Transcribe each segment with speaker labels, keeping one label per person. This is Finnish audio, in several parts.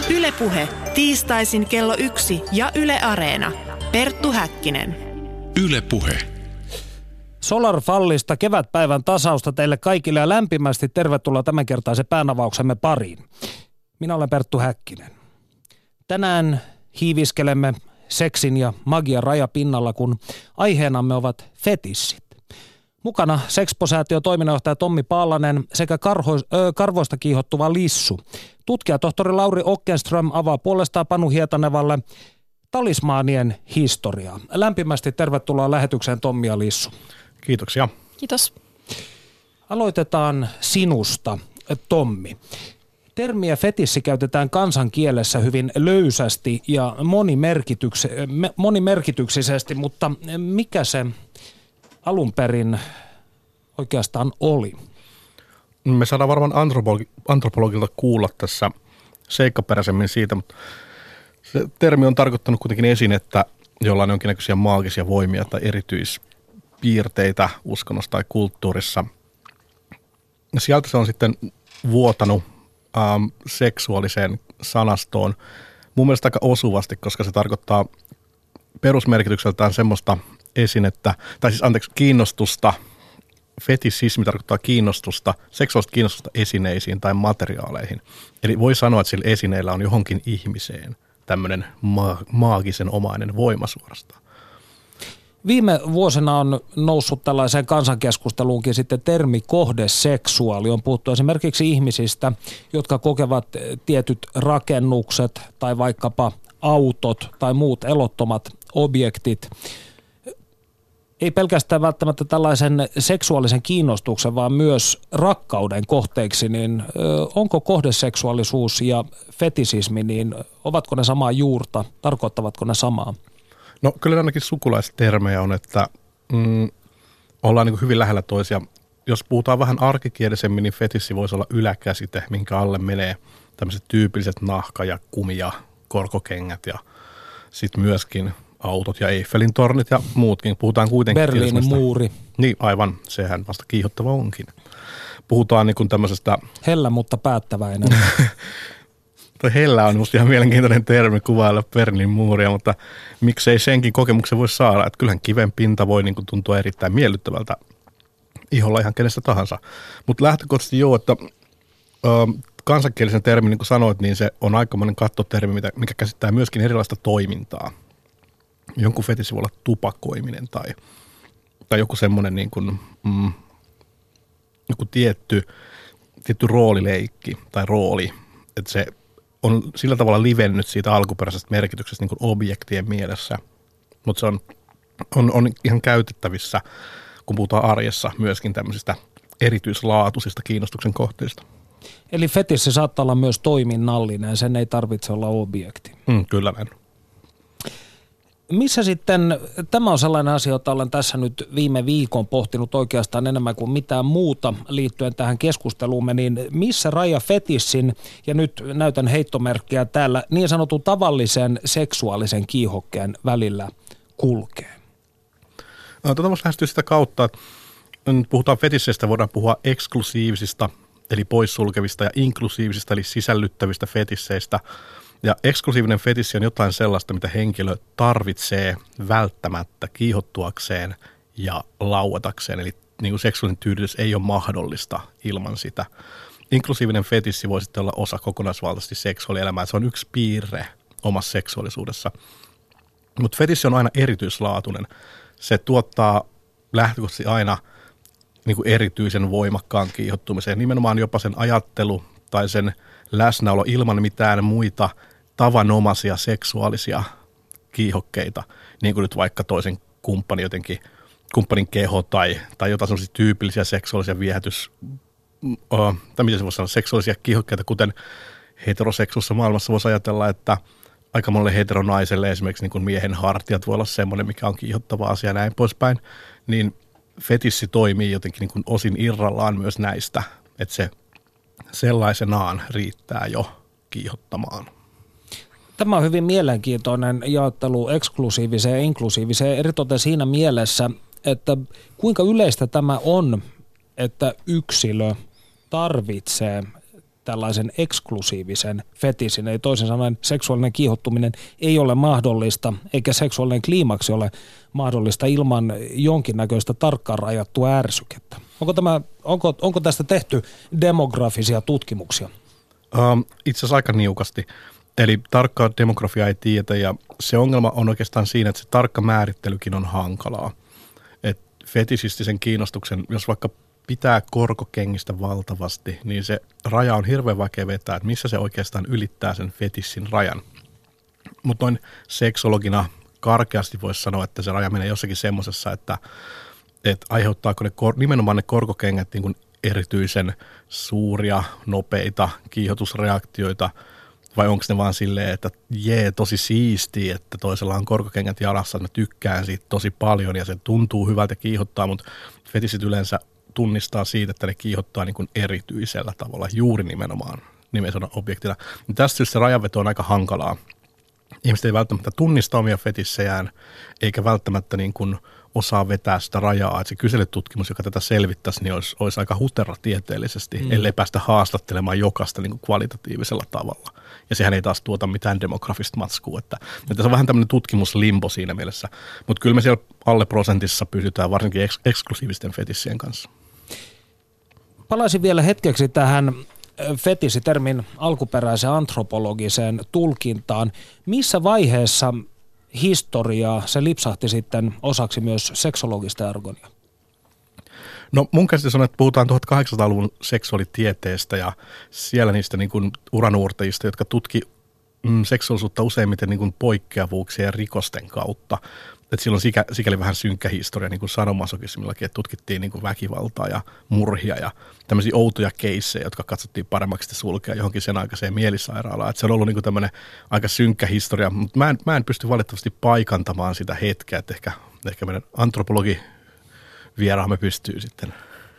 Speaker 1: Yle Puhe, tiistaisin kello 1 ja Yle Areena. Perttu Häkkinen.
Speaker 2: Yle Puhe.
Speaker 3: Solarfallista kevätpäivän tasausta teille kaikille ja lämpimästi tervetuloa tämänkertaisen päänavauksemme pariin. Minä olen Perttu Häkkinen. Tänään hiiviskelemme seksin ja magian rajapinnalla, kun aiheenamme ovat fetissit. Mukana Sexpo-säätiön toiminnanjohtaja Tommi Paalanen sekä karvoista kiihottuva Lissu. Tutkija tohtori Lauri Ockenström avaa puolestaan Panu Hietanevalle talismaanien historiaa. Lämpimästi tervetuloa lähetykseen Tommi ja Lissu.
Speaker 4: Kiitoksia.
Speaker 5: Kiitos.
Speaker 3: Oletetaan sinusta, Tommi. Termiä fetissi käytetään kansankielessä hyvin löysästi ja monimerkityksisesti, mutta mikä se alun perin oikeastaan oli?
Speaker 4: Me saadaan varmaan antropologilta kuulla tässä seikkaperäisemmin siitä, mutta se termi on tarkoittanut kuitenkin esinettä, jolla on jonkinnäköisiä maagisia voimia tai erityispiirteitä uskonnossa tai kulttuurissa. Ja sieltä se on sitten vuotanut seksuaaliseen sanastoon mun mielestä aika osuvasti, koska se tarkoittaa perusmerkitykseltään semmoista esinettä, tai siis kiinnostusta. Fetisismi tarkoittaa kiinnostusta, seksuaalista kiinnostusta esineisiin tai materiaaleihin. Eli voi sanoa, että sillä esineellä on johonkin ihmiseen tämmöinen maagisen omainen voima suorastaan.
Speaker 3: Viime vuosina on noussut tällaiseen kansankeskusteluunkin sitten termi kohdeseksuaali. On puhuttu esimerkiksi ihmisistä, jotka kokevat tietyt rakennukset tai vaikkapa autot tai muut elottomat objektit. Ei pelkästään välttämättä tällaisen seksuaalisen kiinnostuksen, vaan myös rakkauden kohteeksi, niin onko kohdeseksuaalisuus ja fetisismi, niin ovatko ne samaa juurta, tarkoittavatko ne samaa?
Speaker 4: No kyllä ainakin sukulaistermejä on, että ollaan niin hyvin lähellä toisia. Jos puhutaan vähän arkikielisemmin, niin fetissi voisi olla yläkäsite, minkä alle menee tämmöiset tyypilliset nahka- ja kumi- ja korkokengät ja sitten myöskin autot ja Eiffelin tornit ja muutkin. Puhutaan kuitenkin
Speaker 3: Berliinin muuri.
Speaker 4: Niin aivan, sehän vasta kiihottava onkin. Puhutaan niin kuin tämmöisestä
Speaker 3: hellä, mutta päättäväinen.
Speaker 4: Toi hellä on musta ihan mielenkiintoinen termi kuvailla Berliinin muuria, mutta miksei senkin kokemuksen voi saada. Että kyllähän kiven pinta voi niin kuin tuntua erittäin miellyttävältä iholla ihan kenestä tahansa. Mutta lähtökohtaisesti joo, että kansankielisen termin, niin kuin sanoit, niin se on aikamoinen kattotermi, mikä käsittää myöskin erilaista toimintaa. Jonkun fetissi voi olla tupakoiminen tai joku semmoinen niin kuin, joku tietty roolileikki tai rooli, että se on sillä tavalla livennyt siitä alkuperäisestä merkityksestä niin kuin objektien mielessä, mutta se on ihan käytettävissä, kun puhutaan arjessa myöskin tämmöisistä erityislaatuisista kiinnostuksen kohteista.
Speaker 3: Eli fetissi saattaa olla myös toiminnallinen, sen ei tarvitse olla objekti.
Speaker 4: Kyllä näin.
Speaker 3: Missä sitten, tämä on sellainen asia, jota olen tässä nyt viime viikon pohtinut oikeastaan enemmän kuin mitään muuta liittyen tähän keskusteluumme, niin missä raja fetissin, ja nyt näytän heittomerkkiä täällä, niin sanotun tavallisen seksuaalisen kiihokkeen välillä kulkee?
Speaker 4: Tätä voisi lähestyä sitä kautta, että puhutaan fetisseistä, voidaan puhua eksklusiivisista, eli poissulkevista, ja inklusiivisista, eli sisällyttävistä fetisseistä. Ja eksklusiivinen fetissi on jotain sellaista, mitä henkilö tarvitsee välttämättä kiihottuakseen ja lauetakseen. Eli niin kuin seksuaalinen tyydytys ei ole mahdollista ilman sitä. Inklusiivinen fetissi voi sitten olla osa kokonaisvaltaisesti seksuaalielämää. Se on yksi piirre omassa seksuaalisuudessa. Mutta fetissi on aina erityislaatuinen. Se tuottaa lähtökohtaisesti aina niin kuin erityisen voimakkaan kiihottumisen. Nimenomaan jopa sen ajattelu tai sen läsnäolo ilman mitään muita tavanomaisia seksuaalisia kiihokkeita, niin kuin nyt vaikka toisen kumppanin keho tai jotain sellaisia tyypillisiä seksuaalisia tai miten se voisi sanoa, seksuaalisia kiihokkeita, kuten heteroseksuaalissa maailmassa voisi ajatella, että aika monelle heteronaiselle esimerkiksi niin kuin miehen hartiat voi olla semmoinen, mikä on kiihottava asia ja näin poispäin, niin fetissi toimii jotenkin niin kuin osin irrallaan myös näistä, että se sellaisenaan riittää jo kiihottamaan.
Speaker 3: Tämä on hyvin mielenkiintoinen jaottelu eksklusiiviseen ja inklusiiviseen, eritoten siinä mielessä, että kuinka yleistä tämä on, että yksilö tarvitsee tällaisen eksklusiivisen fetissin. Eli toisin sanoen seksuaalinen kiihottuminen ei ole mahdollista, eikä seksuaalinen kliimaksi ole mahdollista ilman jonkinnäköistä tarkkaan rajattua ärsykettä. Onko tästä tehty demografisia tutkimuksia?
Speaker 4: Itse asiassa aika niukasti. Eli tarkkaa demografiaa ei tiedetä ja se ongelma on oikeastaan siinä, että se tarkka määrittelykin on hankalaa. Et fetisistisen kiinnostuksen, jos vaikka pitää korkokengistä valtavasti, niin se raja on hirveän vaikea vetää, että missä se oikeastaan ylittää sen fetissin rajan. Mutta noin seksologina karkeasti voisi sanoa, että se raja menee jossakin semmoisessa, että aiheuttaako nimenomaan ne korkokengät niin kuin erityisen suuria, nopeita kiihotusreaktioita, vai onko ne vaan silleen, että tosi siistiä, että toisella on korkokengät jalassa, mä tykkään siitä tosi paljon ja se tuntuu hyvältä kiihottaa, mutta fetissit yleensä tunnistaa siitä, että ne kiihottaa niin kuin erityisellä tavalla, juuri nimenomaan nimensä objektina. Ja tästä syystä se rajanveto on aika hankalaa. Ihmiset ei välttämättä tunnista omia fetissejään, eikä välttämättä niin kuin osaa vetää sitä rajaa. Että se kyselytutkimus, joka tätä selvittäisi, niin olisi aika hutera tieteellisesti, ellei päästä haastattelemaan jokaista niin kuin kvalitatiivisella tavalla. Ja sehän ei taas tuota mitään demografista matskua. Että tässä on vähän tämmöinen tutkimuslimbo siinä mielessä. Mutta kyllä me siellä alle prosentissa pysytään varsinkin eksklusiivisten fetissien kanssa.
Speaker 3: Palaisin vielä hetkeksi tähän fetissitermin alkuperäiseen antropologiseen tulkintaan. Missä vaiheessa historiaa se lipsahti sitten osaksi myös seksologista jargonia?
Speaker 4: No mun käsitys on, että puhutaan 1800-luvun seksuaalitieteestä ja siellä niistä niin kuin uranuurtajista, jotka tutki seksuaalisuutta useimmiten niin kuin poikkeavuuksien ja rikosten kautta. Että silloin sikäli vähän synkkä historia niin kuin sadomasokismillakin, että tutkittiin niin kuin väkivaltaa ja murhia ja tämmöisiä outoja keissejä, jotka katsottiin paremmaksi sulkea johonkin sen aikaiseen mielisairaalaan. Että se on ollut niin kuin tämmöinen aika synkkä historia, mutta mä en pysty valitettavasti paikantamaan sitä hetkeä, että ehkä meidän antropologi vieraamme pystyy sitten.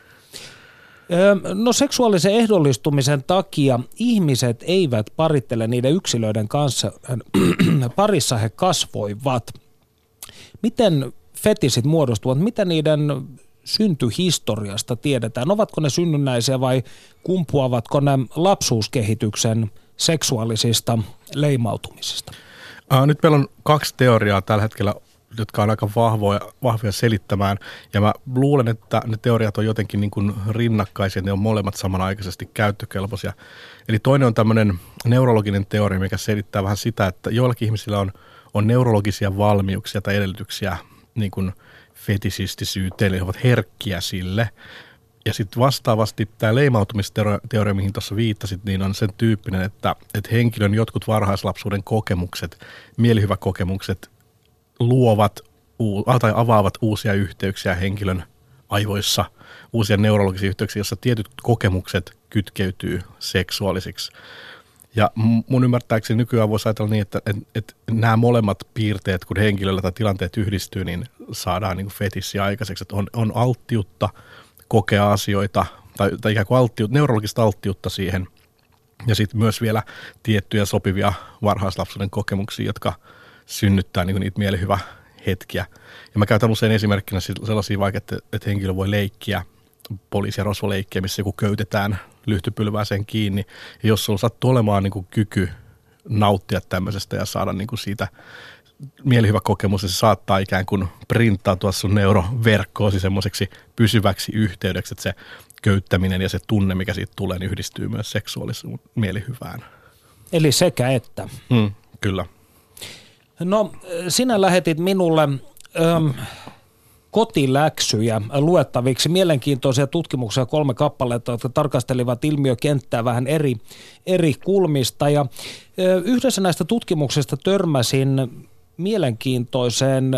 Speaker 3: No seksuaalisen ehdollistumisen takia ihmiset eivät parittele niiden yksilöiden kanssa, parissa he kasvoivat. Miten fetissit muodostuvat? Mitä niiden syntyhistoriasta tiedetään? Ovatko ne synnynnäisiä vai kumpuavatko ne lapsuuskehityksen seksuaalisista leimautumisista?
Speaker 4: Nyt meillä on 2 teoriaa tällä hetkellä, jotka on aika vahvoja selittämään. Ja mä luulen, että ne teoriat on jotenkin niin kuin rinnakkaisia, ne on molemmat samanaikaisesti käyttökelpoisia. Eli toinen on tämmöinen neurologinen teoria, mikä selittää vähän sitä, että joillakin ihmisillä on neurologisia valmiuksia tai edellytyksiä niin kuin fetisistisyyteen, eli he ovat herkkiä sille. Ja sitten vastaavasti tämä leimautumisteoria, mihin tuossa viittasit, niin on sen tyyppinen, että henkilön jotkut varhaislapsuuden kokemukset, mielihyväkokemukset luovat tai avaavat uusia yhteyksiä henkilön aivoissa, uusia neurologisia yhteyksiä, joissa tietyt kokemukset kytkeytyy seksuaalisiksi. Ja mun ymmärtääkseni nykyään voisi ajatella niin, että nämä molemmat piirteet, kun henkilöllä tai tilanteet yhdistyy, niin saadaan niin kuin fetissi aikaiseksi. Että on alttiutta kokea asioita tai ikään kuin neurologista alttiutta siihen. Ja sitten myös vielä tiettyjä sopivia varhaislapsuuden kokemuksia, jotka synnyttää niin kuin niitä mielihyvähetkiä. Ja mä käytän usein esimerkkinä sellaisia vaikka, että henkilö voi leikkiä, poliisi- ja rosvoleikkiä, missä joku köytetään lyhtypylvääseen kiinni. Ja jos sulla sattuu olemaan niin kuin kyky nauttia tämmöisestä ja saada niin kuin siitä mielihyvä kokemus, ja se saattaa ikään kuin printtautua sun neuroverkkoosi semmoiseksi pysyväksi yhteydeksi, että se köyttäminen ja se tunne, mikä siitä tulee, niin yhdistyy myös seksuaalisuun mielihyvään.
Speaker 3: Eli sekä että.
Speaker 4: Kyllä.
Speaker 3: No, sinä lähetit minulle kotiläksyjä luettaviksi, mielenkiintoisia tutkimuksia, 3 kappaletta, jotka tarkastelivat ilmiökenttää vähän eri kulmista. Ja yhdessä näistä tutkimuksista törmäsin mielenkiintoiseen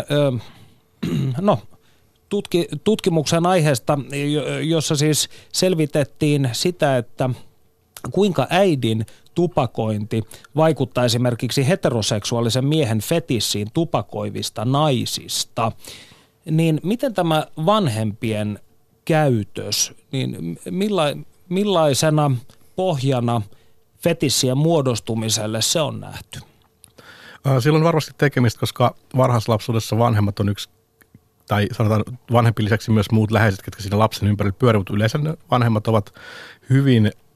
Speaker 3: tutkimuksen aiheesta, jossa siis selvitettiin sitä, että kuinka äidin tupakointi vaikuttaa esimerkiksi heteroseksuaalisen miehen fetissiin tupakoivista naisista. Niin miten tämä vanhempien käytös, niin millaisena pohjana fetissien muodostumiselle se on nähty?
Speaker 4: Sillä on varmasti tekemistä, koska varhaislapsuudessa vanhemmat on yksi, tai sanotaan vanhempien lisäksi myös muut läheiset, ketkä siinä lapsen ympärillä pyörivät. Yleensä vanhemmat ovat hyvin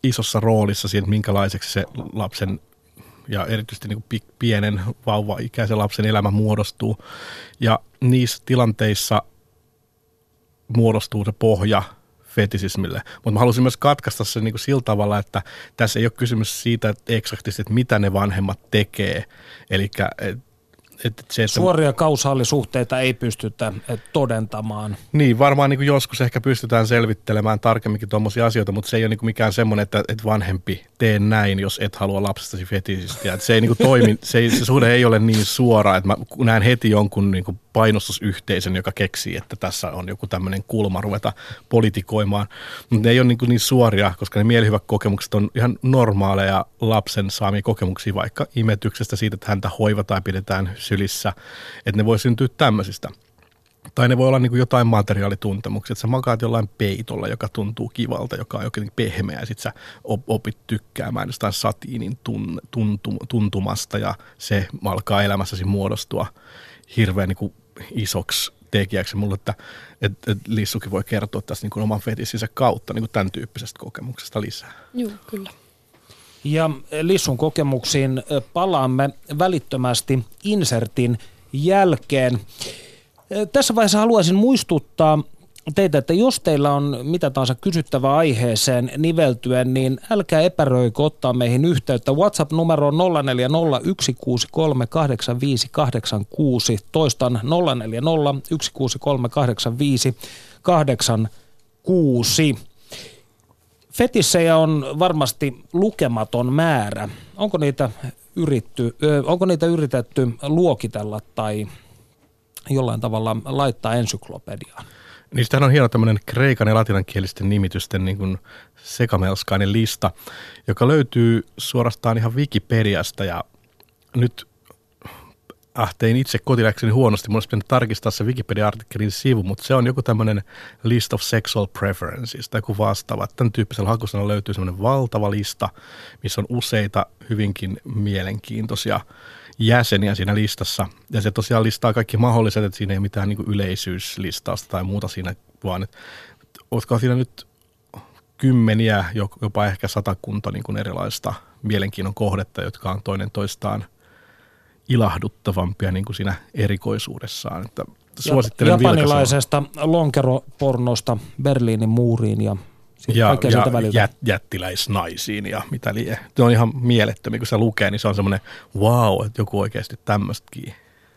Speaker 4: isossa roolissa siinä, minkälaiseksi se lapsen ja erityisesti niin kuin pienen vauva-ikäisen lapsen elämä muodostuu. Ja niissä tilanteissa muodostuu se pohja fetisismille. Mutta mä halusin myös katkaista sen niin kuin sillä tavalla, että tässä ei ole kysymys siitä, että eksaktisti, että mitä ne vanhemmat tekee. Eli
Speaker 3: suoria kausaalisuhteita ei pystytä todentamaan.
Speaker 4: Niin, varmaan niin kuin joskus ehkä pystytään selvittelemään tarkemminkin tuommoisia asioita, mutta se ei ole niin kuin mikään semmoinen, että vanhempi tee näin, jos et halua lapsestasi fetisistä. Se ei niin kuin toimi, se suhde ei ole niin suora, että mä näen heti jonkun niin kuin painostusyhteisön, joka keksii, että tässä on joku tämmöinen kulma ruveta politikoimaan. Mutta ne ei ole niin suoria, koska ne mielihyväkokemukset on ihan normaaleja lapsen saamia kokemuksia, vaikka imetyksestä siitä, että häntä hoivataan ja pidetään sylissä, että ne voi syntyä tämmöisistä. Tai ne voi olla niin kuin jotain materiaalituntemuksia, että sä makaat jollain peitolla, joka tuntuu kivalta, joka on jokin pehmeä, ja sit sä opit tykkäämään jostain satiinin tuntumasta, ja se alkaa elämässäsi muodostua hirveän niin kuin isoksi tekijäksi mulle, että Lissukin voi kertoa tässä niin kuin oman fetissinsä kautta niin kuin tämän tyyppisestä kokemuksesta lisää.
Speaker 2: Joo, kyllä.
Speaker 3: Ja Lissun kokemuksiin palaamme välittömästi insertin jälkeen. Tässä vaiheessa haluaisin muistuttaa teitä, että jos teillä on mitä tahansa kysyttävää aiheeseen niveltyen, niin älkää epäröikö ottaa meihin yhteyttä. WhatsApp-numero on 0401638586. Toistan 0401638586. Fetissejä on varmasti lukematon määrä. Onko niitä yritetty luokitella tai jollain tavalla laittaa ensyklopediaan?
Speaker 4: Niistähän on hieno tämmöinen kreikan ja latinankielisten nimitysten niin kuin sekamelskainen lista, joka löytyy suorastaan ihan Wikipediasta, ja nyt tein itse kotiläkseni huonosti. Mun olisi pitänyt tarkistaa se Wikipedia-artikkelin sivu, mutta se on joku tämmöinen list of sexual preferences tai joku vastaava. Tämän tyyppisellä hakusanalla löytyy semmoinen valtava lista, missä on useita hyvinkin mielenkiintoisia jäseniä siinä listassa. Ja se tosiaan listaa kaikki mahdolliset, että siinä ei ole mitään niin kuin yleisyyslistausta tai muuta siinä, vaan että olisiko siinä nyt kymmeniä, jopa ehkä 100 niin kuin erilaista mielenkiinnon kohdetta, jotka on toinen toistaan ilahduttavampia niin kuin siinä erikoisuudessaan. Että suosittelen
Speaker 3: japanilaisesta lonkeropornosta Berliinin muuriin ja kaikkea siltä väliltä.
Speaker 4: Jättiläisnaisiin ja mitä lie. Se on ihan mielettömiä, kun se lukee, niin se on semmoinen wow, että joku oikeasti tämmöistäkin.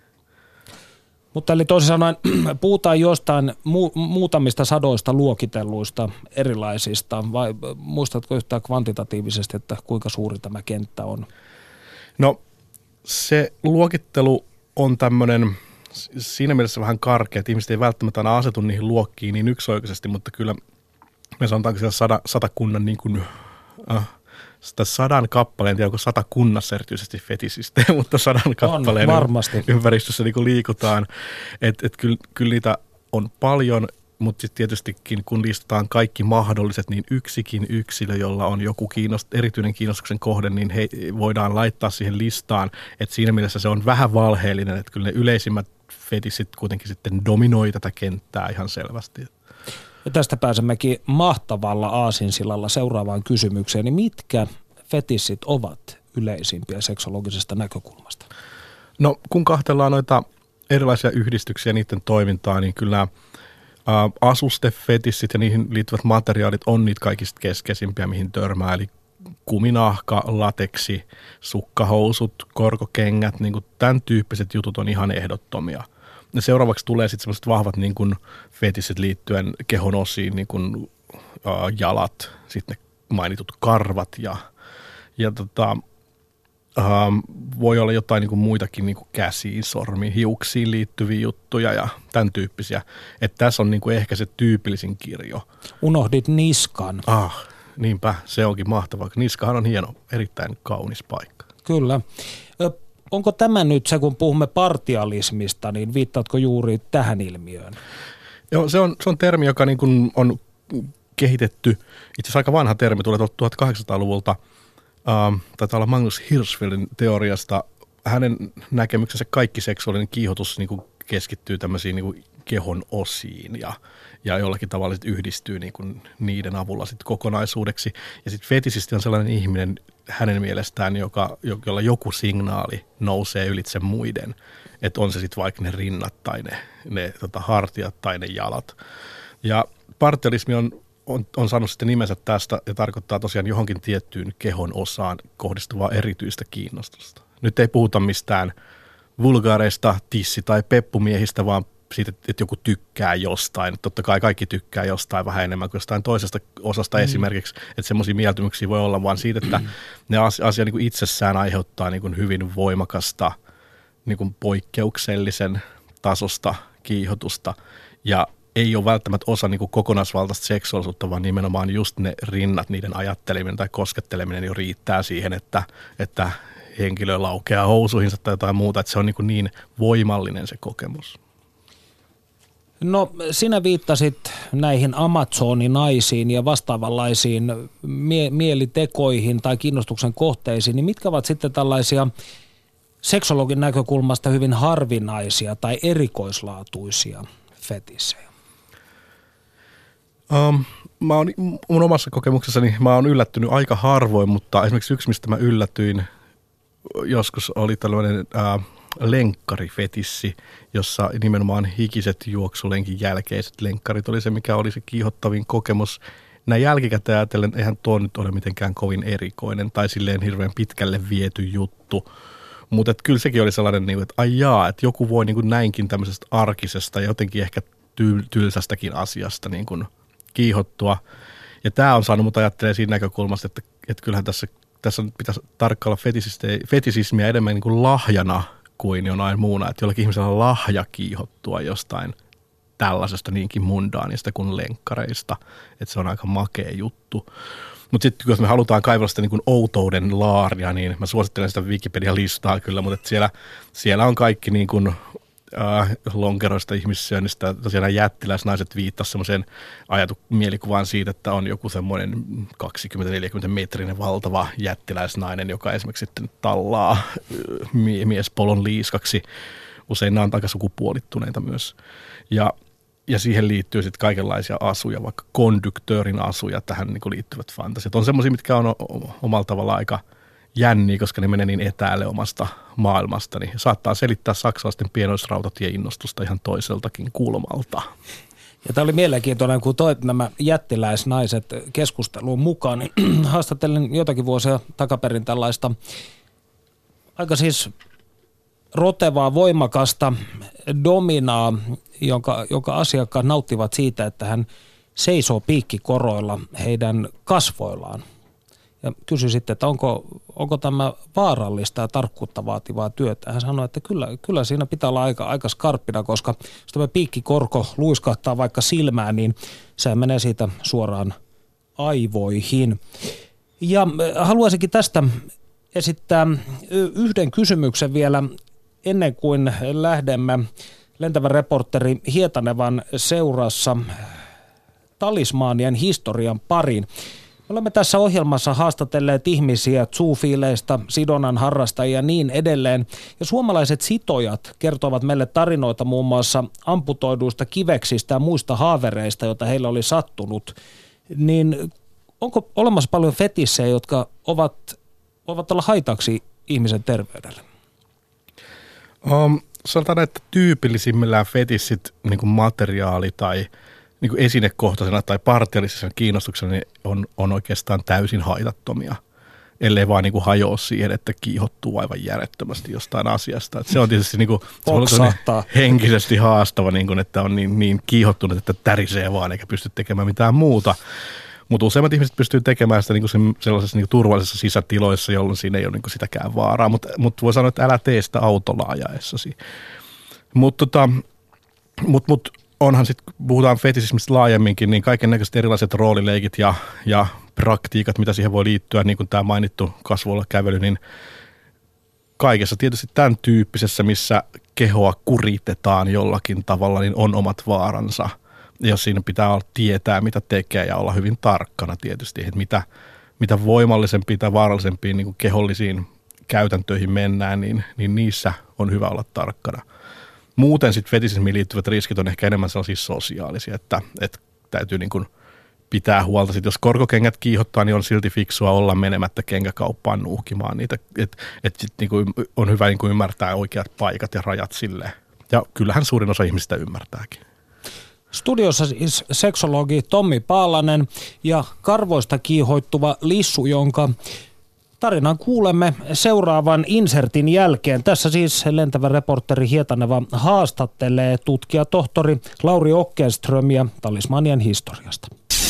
Speaker 3: Mutta eli toisin sanoen puhutaan jostain muutamista sadoista luokitelluista erilaisista, vai muistatko yhtään kvantitatiivisesti, että kuinka suuri tämä kenttä on? No
Speaker 4: se luokittelu on tämmöinen siinä mielessä vähän karkea, että ihmiset ei välttämättä aina asetu niihin luokkiin niin yksioikoisesti, mutta kyllä me sanotaanko siellä satakunnan niin kuin, sitä 100 kappaleen, en tiedä onko 100 kunnassa erityisesti fetisistä, mutta 100 kappaleen ympäristössä niin kuin liikutaan. Kyllä niitä on paljon, mutta sitten tietystikin kun listataan kaikki mahdolliset, niin yksikin yksilö, jolla on joku erityinen kiinnostuksen kohde, niin he voidaan laittaa siihen listaan. Et siinä mielessä se on vähän valheellinen, että kyllä ne yleisimmät fetissit kuitenkin sitten dominoi tätä kenttää ihan selvästi.
Speaker 3: Ja tästä pääsemmekin mahtavalla aasinsillalla seuraavaan kysymykseen. Niin mitkä fetissit ovat yleisimpiä seksologisesta näkökulmasta?
Speaker 4: No kun kahtellaan noita erilaisia yhdistyksiä ja niiden toimintaa, niin kyllä asustefetissit ja niihin liittyvät materiaalit on niitä kaikista keskeisimpiä, mihin törmää. Eli kuminahka, lateksi, sukkahousut, korkokengät, niin kuin tämän tyyppiset jutut on ihan ehdottomia. Ja seuraavaksi tulee sitten sellaiset vahvat niin kuin fetissit liittyen kehon osiin, niin kuin jalat, sitten mainitut karvat ja voi olla jotain niin kuin muitakin niin kuin käsiin, sormiin, hiuksiin liittyviä juttuja ja tämän tyyppisiä. Että tässä on niin kuin ehkä se tyypillisin kirjo.
Speaker 3: Unohdit niskan.
Speaker 4: Niinpä, se onkin mahtavaa. Niskahan on hieno, erittäin kaunis paikka.
Speaker 3: Kyllä. Onko tämä nyt se, kun puhumme partialismista, niin viittaatko juuri tähän ilmiöön?
Speaker 4: Joo, se on termi, joka niin kuin on kehitetty, itse asiassa aika vanha termi, tulee 1800-luvulta, taitaa olla Magnus Hirschfeldin teoriasta. Hänen näkemyksensä kaikki seksuaalinen kiihotus niin kuin keskittyy tämmöisiin niin kuin kehon osiin ja jollakin tavalla sit yhdistyy niin kuin niiden avulla sit kokonaisuudeksi. Ja sitten fetisisti on sellainen ihminen hänen mielestään, jolla joku signaali nousee ylitse muiden. Että on se sitten vaikka ne rinnat tai ne hartiat tai ne jalat. Ja partialismi on saanut sitten nimensä tästä ja tarkoittaa tosiaan johonkin tiettyyn kehon osaan kohdistuvaa erityistä kiinnostusta. Nyt ei puhuta mistään vulgaareista tissi- tai peppumiehistä, vaan siitä, että joku tykkää jostain. Totta kai kaikki tykkää jostain vähän enemmän kuin jostain toisesta osasta esimerkiksi, että semmoisia mieltymyksiä voi olla vaan siitä, että ne asia niin kuin itsessään aiheuttaa niin kuin hyvin voimakasta, niin kuin poikkeuksellisen tasosta kiihotusta ja ei ole välttämättä osa niin kuin kokonaisvaltaista seksuaalisuutta, vaan nimenomaan just ne rinnat, niiden ajatteleminen tai kosketteleminen jo riittää siihen, että henkilö laukeaa housuihinsa tai jotain muuta, että se on niin voimallinen se kokemus.
Speaker 3: No sinä viittasit näihin Amazoninaisiin ja vastaavanlaisiin mielitekoihin tai kiinnostuksen kohteisiin, niin mitkä ovat sitten tällaisia seksologin näkökulmasta hyvin harvinaisia tai erikoislaatuisia fetissejä?
Speaker 4: Mun omassa kokemuksessani mä oon yllättynyt aika harvoin, mutta esimerkiksi yksi, mistä mä yllätyin joskus oli tällainen lenkkarifetissi, jossa nimenomaan hikiset juoksulenkin jälkeiset lenkkarit oli se, mikä oli se kiihottavin kokemus. Näin jälkikäteen ajatellen, eihän tuo nyt ole mitenkään kovin erikoinen tai silleen hirveän pitkälle viety juttu. Mutta kyllä sekin oli sellainen, että että joku voi näinkin tämmöisestä arkisesta ja jotenkin ehkä tylsästäkin asiasta kiihottua. Ja tämä on saanut mut ajattelemaan siinä näkökulmasta, että kyllähän tässä pitäisi tarkkailla fetisismiä enemmän niin kuin lahjana kuin jonain muuna. Että jollakin ihmisellä on lahja kiihottua jostain tällaisesta niinkin mundaanista kuin lenkkareista. Että se on aika makea juttu. Mutta sitten jos me halutaan kaivella sitä niin kuin outouden laaria, niin mä suosittelen sitä Wikipedia-listaa kyllä, mutta siellä on kaikki niin kuin lonkeroista ihmissyönnistä. Tosiaan jättiläisnaiset viittasivat semmoiseen mielikuvaan siitä, että on joku semmoinen 20-40 metrinen valtava jättiläisnainen, joka esimerkiksi sitten tallaa miespolon liiskaksi. Usein nämä on aika sukupuolittuneita myös. Ja siihen liittyy sitten kaikenlaisia asuja, vaikka konduktöörin asuja tähän niin liittyvät fantasiat. On semmoisia, mitkä on omalla tavalla aika jänniä, koska ne menee niin etäälle omasta maailmasta. Niin saattaa selittää saksalaisten pienoisrautatieinnostusta ihan toiseltakin kulmalta.
Speaker 3: Ja tämä oli mielenkiintoinen, kun toit nämä jättiläisnaiset keskusteluun mukaan. Niin haastattelin jotakin vuosia takaperin tällaista aika siis rotevaa, voimakasta dominaa, jonka asiakkaat nauttivat siitä, että hän seisoo piikkikoroilla heidän kasvoillaan. Ja kysyi sitten, että onko tämä vaarallista ja tarkkuutta vaativaa työtä. Hän sanoi, että kyllä siinä pitää olla aika skarppina, koska jos tämä piikkikorko luiskahtaa vaikka silmään, niin se menee siitä suoraan aivoihin. Ja haluaisinkin tästä esittää yhden kysymyksen vielä ennen kuin lähdemme lentävän reporteri Hietanevan seurassa talismaanien historian pariin. Me olemme tässä ohjelmassa haastatelleet ihmisiä zoofiileistä, sidonnan harrastajia ja niin edelleen. Ja suomalaiset sitojat kertovat meille tarinoita muun muassa amputoiduista kiveksistä ja muista haavereista, joita heille oli sattunut. Niin onko olemassa paljon fetissejä, jotka voivat olla haitaksi ihmisen terveydelle?
Speaker 4: Sanotaan, että tyypillisimmillään fetissit, niin kuin materiaali tai niin kuin esinekohtaisena tai partialisena kiinnostuksena, niin on oikeastaan täysin haitattomia, ellei vaan niin kuin hajoa siihen, että kiihottuu aivan järjettömästi jostain asiasta. Että se on tietysti niin kuin, henkisesti haastava, niin kuin, että on niin kiihottunut, että tärisee vaan eikä pysty tekemään mitään muuta. Mutta useimmat ihmiset pystyy tekemään sitä niinku sellaisessa niinku turvallisessa sisätiloissa, jolloin siinä ei ole niinku sitäkään vaaraa. Mutta voi sanoa, että älä tee sitä autolla ajaessasi. Mutta onhan sitten, puhutaan fetisismistä laajemminkin, niin kaikennäköiset erilaiset roolileikit ja praktiikat, mitä siihen voi liittyä, niin kuin tämä mainittu kasvoilla kävely, niin kaikessa tietysti tämän tyyppisessä, missä kehoa kuritetaan jollakin tavalla, niin on omat vaaransa. Jos siinä pitää tietää, mitä tekee ja olla hyvin tarkkana tietysti, että mitä voimallisempiin tai vaarallisempiin niin kuin kehollisiin käytäntöihin mennään, niin niissä on hyvä olla tarkkana. muuten sitten fetisismiin liittyvät riskit on ehkä enemmän sellaisia sosiaalisia, että täytyy niin kuin pitää huolta. Sitten jos korkokengät kiihottaa, niin on silti fiksua olla menemättä kenkäkauppaan nuuhkimaan niitä. Että sit niin kuin on hyvä niin kuin ymmärtää oikeat paikat ja rajat silleen. Ja kyllähän suurin osa ihmisistä ymmärtääkin.
Speaker 3: Studiossa siis seksologi Tommi Paalanen ja karvoista kiihoittuva Lissu, jonka tarinan kuulemme seuraavan insertin jälkeen. Tässä siis lentävä reporteri Hietaneva haastattelee tutkijatohtori Lauri Ockenströmiä talismanien historiasta.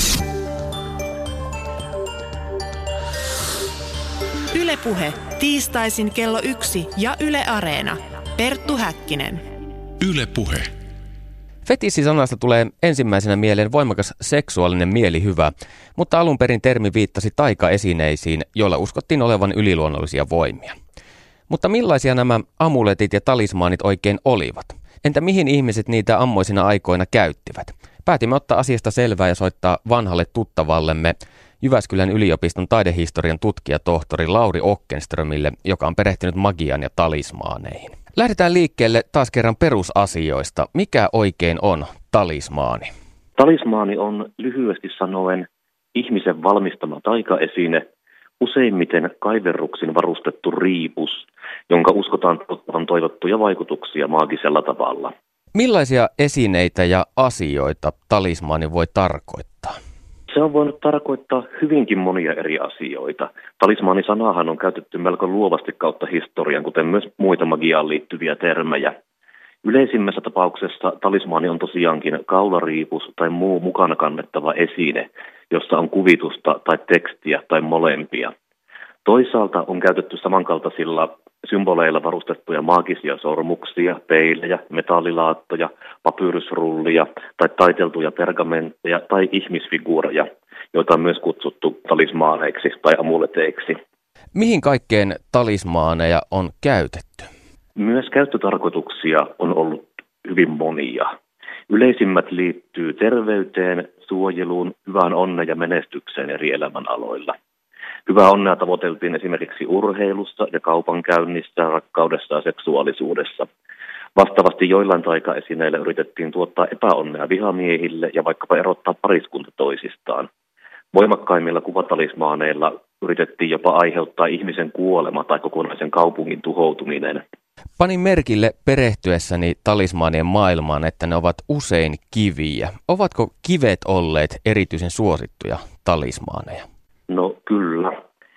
Speaker 1: Yle Puhe, tiistaisin kello 1 ja Yle Areena. Perttu Häkkinen.
Speaker 2: Yle Puhe.
Speaker 5: Fetissi-sanasta tulee ensimmäisenä mieleen voimakas seksuaalinen mielihyvä, mutta alun perin termi viittasi taikaesineisiin, joilla uskottiin olevan yliluonnollisia voimia. Mutta millaisia nämä amuletit ja talismaanit oikein olivat? Entä mihin ihmiset niitä ammoisina aikoina käyttivät? Päätimme ottaa asiasta selvää ja soittaa vanhalle tuttavallemme Jyväskylän yliopiston taidehistorian tutkijatohtori Lauri Ockenströmille, joka on perehtynyt magiaan ja talismaaneihin. Lähdetään liikkeelle taas kerran perusasioista. Mikä oikein on talismaani?
Speaker 6: Talismaani on lyhyesti sanoen ihmisen valmistama taikaesine, useimmiten kaiverruksin varustettu riipus, jonka uskotaan tuottavan toivottuja vaikutuksia maagisella tavalla.
Speaker 5: Millaisia esineitä ja asioita talismaani voi tarkoittaa?
Speaker 6: Se on voinut tarkoittaa hyvinkin monia eri asioita. Talismaani-sanahan on käytetty melko luovasti kautta historian, kuten myös muita magiaan liittyviä termejä. Yleisimmässä tapauksessa talismaani on tosiaankin kaulariipus tai muu mukana kannettava esine, jossa on kuvitusta tai tekstiä tai molempia. Toisaalta on käytetty samankaltaisilla symboleilla varustettuja maagisia sormuksia, peilejä, metallilaattoja, papyrusrullia tai taiteltuja pergamentteja tai ihmisfiguureja, joita on myös kutsuttu talismaaneiksi tai amuleteiksi.
Speaker 5: Mihin kaikkeen talismaaneja on käytetty?
Speaker 6: Myös käyttötarkoituksia on ollut hyvin monia. Yleisimmät liittyy terveyteen, suojeluun, hyvään onneen ja menestykseen eri elämänaloilla. Hyvää onnea tavoiteltiin esimerkiksi urheilussa ja kaupankäynnissä, rakkaudessa ja seksuaalisuudessa. Vastaavasti joillain taikaesineillä yritettiin tuottaa epäonnea vihamiehille ja vaikkapa erottaa pariskunta toisistaan. Voimakkaimmilla kuvatalismaaneilla yritettiin jopa aiheuttaa ihmisen kuolema tai kokonaisen kaupungin tuhoutuminen.
Speaker 5: Panin merkille perehtyessäni talismaanien maailmaan, että ne ovat usein kiviä. Ovatko kivet olleet erityisen suosittuja talismaaneja?
Speaker 6: No kyllä.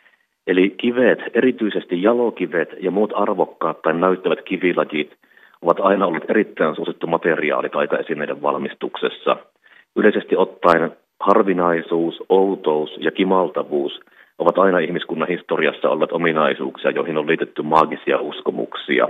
Speaker 6: Eli kivet, erityisesti jalokivet ja muut arvokkaat tai näyttävät kivilajit ovat aina olleet erittäin suosittu materiaali taikaesineiden valmistuksessa. Yleisesti ottaen harvinaisuus, outous ja kimaltavuus ovat aina ihmiskunnan historiassa olleet ominaisuuksia, joihin on liitetty maagisia uskomuksia.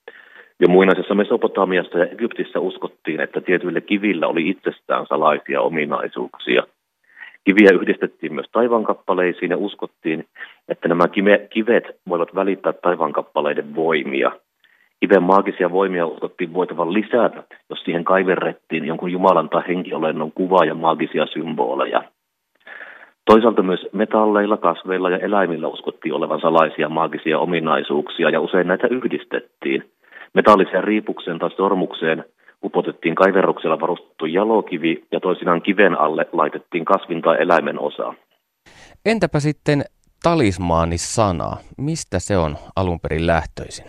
Speaker 6: Jo muinaisessa Mesopotamiassa ja Egyptissä uskottiin, että tietyillä kivillä oli itsestään salaisia ominaisuuksia. Kiviä yhdistettiin myös taivaankappaleisiin ja uskottiin, että nämä kivet voivat välittää taivaankappaleiden voimia. Kiven maagisia voimia uskottiin voitavan lisätä, jos siihen kaiverrettiin jonkun jumalan tai henkiolennon kuvaa ja maagisia symboleja. Toisaalta myös metalleilla, kasveilla ja eläimillä uskottiin olevan salaisia maagisia ominaisuuksia ja usein näitä yhdistettiin. Metalliseen riipukseen tai sormukseen upotettiin kaiverruksella varustettu jalokivi ja toisinaan kiven alle laitettiin kasvin tai eläimen osa.
Speaker 5: Entäpä sitten talismaani-sana? Mistä se on alun perin lähtöisin?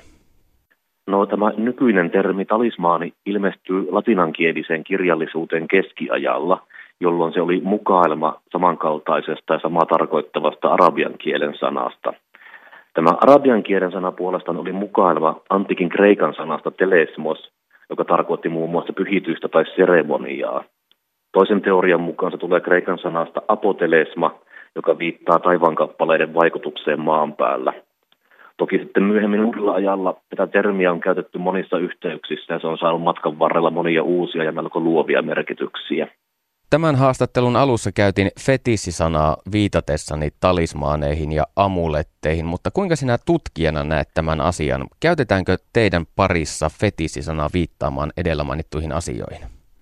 Speaker 6: No tämä nykyinen termi talismaani ilmestyy latinankieliseen kirjallisuuteen keskiajalla, jolloin se oli mukailma samankaltaisesta ja samaa tarkoittavasta arabian kielen sanasta. Tämä arabian kielen sana puolestaan oli mukailma antiikin kreikan sanasta telesmos, joka tarkoitti muun muassa pyhitystä tai seremoniaa. Toisen teorian mukaan se tulee kreikan sanasta apotelesma, joka viittaa taivaankappaleiden vaikutukseen maan päällä. Toki sitten myöhemmin uudella ajalla tätä termiä on käytetty monissa yhteyksissä ja se on saanut matkan varrella monia uusia ja melko luovia merkityksiä.
Speaker 5: Tämän haastattelun alussa käytin fetissi-sanaa viitatessani talismaaneihin ja amuletteihin, mutta kuinka sinä tutkijana näet tämän asian? Käytetäänkö teidän parissa fetissi-sanaa viittaamaan edellä mainittuihin asioihin?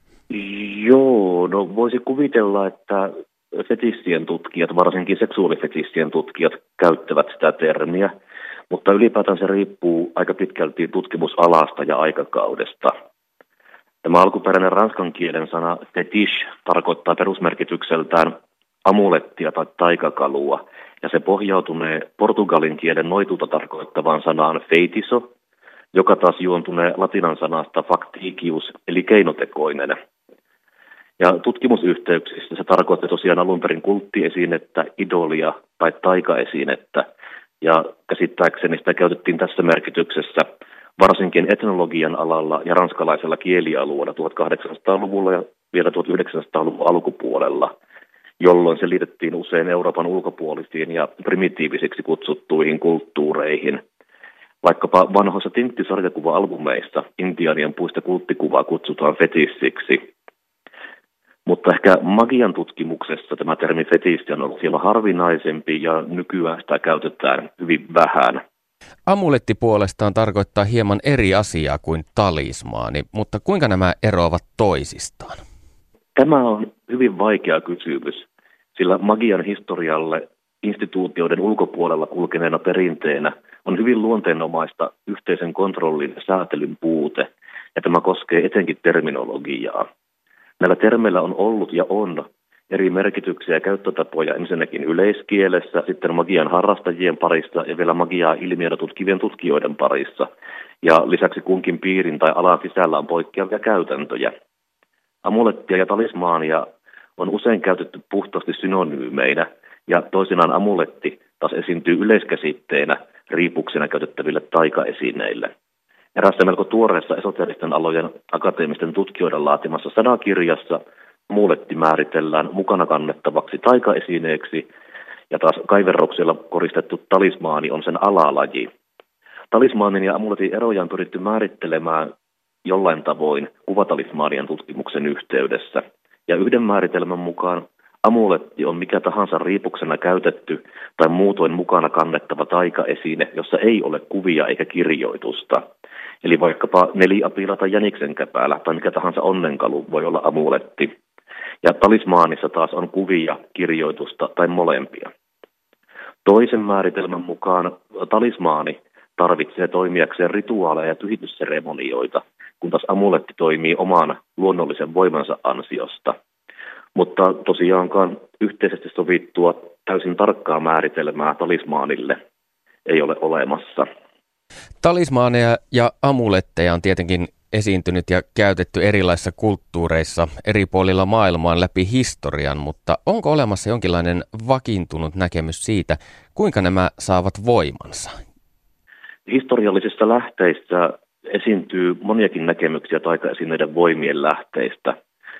Speaker 6: Joo, no voisi kuvitella, että fetissien tutkijat, varsinkin seksuaalifetissien tutkijat, käyttävät sitä termiä, mutta ylipäätään se riippuu aika pitkälti tutkimusalasta ja aikakaudesta. Tämä alkuperäinen ranskan kielen sana fetish tarkoittaa perusmerkitykseltään amulettia tai taikakalua, ja se pohjautunee portugalin kielen noituutta tarkoittavaan sanaan feitiso, joka taas juontunee latinan sanasta facticius, eli keinotekoinen. Ja tutkimusyhteyksissä se tarkoitti tosiaan alun perin kulttiesinettä, idolia tai taikaesinettä, ja käsittääkseni sitä käytettiin tässä merkityksessä varsinkin etnologian alalla ja ranskalaisella kielialueella 1800-luvulla ja vielä 1900-luvun alkupuolella, jolloin se liitettiin usein Euroopan ulkopuolisiin ja primitiivisiksi kutsuttuihin kulttuureihin. Vaikkapa vanhoissa Tintti-sarjakuva-albumeissa intiaanien puista kulttikuvaa kutsutaan fetissiksi. Mutta ehkä magian tutkimuksessa tämä termi fetissi on ollut hieman harvinaisempi ja nykyään sitä käytetään hyvin vähän.
Speaker 5: Amuletti puolestaan tarkoittaa hieman eri asiaa kuin talismaani, mutta kuinka nämä eroavat toisistaan?
Speaker 6: Tämä on hyvin vaikea kysymys, sillä magian historialle instituutioiden ulkopuolella kulkeneena perinteenä on hyvin luonteenomaista yhteisen kontrollin ja säätelyn puute, ja tämä koskee etenkin terminologiaa. Näillä termeillä on ollut ja on eri merkityksiä ja käyttötapoja ensinnäkin yleiskielessä, sitten magian harrastajien parissa ja vielä magiaa ilmiötä tutkivien tutkijoiden parissa. Ja lisäksi kunkin piirin tai alan sisällä on poikkeavia käytäntöjä. Amulettia ja talismaania on usein käytetty puhtaasti synonyymeinä, ja toisinaan amuletti taas esiintyy yleiskäsitteenä riipuksena käytettäville taikaesineille. Erässä melko tuoreessa esoteristen alojen akateemisten tutkijoiden laatimassa sanakirjassa amuletti määritellään mukana kannettavaksi taikaesineeksi, ja taas kaiverroksilla koristettu talismaani on sen alalaji. Talismaanin ja amuletin eroja on pyritty määrittelemään jollain tavoin kuvatalismaanien tutkimuksen yhteydessä. Ja yhden määritelmän mukaan amuletti on mikä tahansa riipuksena käytetty tai muutoin mukana kannettava taikaesine, jossa ei ole kuvia eikä kirjoitusta. Eli vaikkapa neliapila tai jäniksenkäpälä tai mikä tahansa onnenkalu voi olla amuletti. Ja talismaanissa taas on kuvia, kirjoitusta tai molempia. Toisen määritelmän mukaan talismaani tarvitsee toimijakseen rituaaleja ja pyhitysseremonioita, kun taas amuletti toimii oman luonnollisen voimansa ansiosta. Mutta tosiaankaan yhteisesti sovittua täysin tarkkaa määritelmää talismaanille ei ole olemassa.
Speaker 5: Talismaaneja ja amuletteja on tietenkin esiintynyt ja käytetty erilaisissa kulttuureissa eri puolilla maailmaan läpi historian, mutta onko olemassa jonkinlainen vakiintunut näkemys siitä, kuinka nämä saavat voimansa?
Speaker 6: Historiallisissa lähteissä esiintyy moniakin näkemyksiä taikaesineiden voimien lähteistä.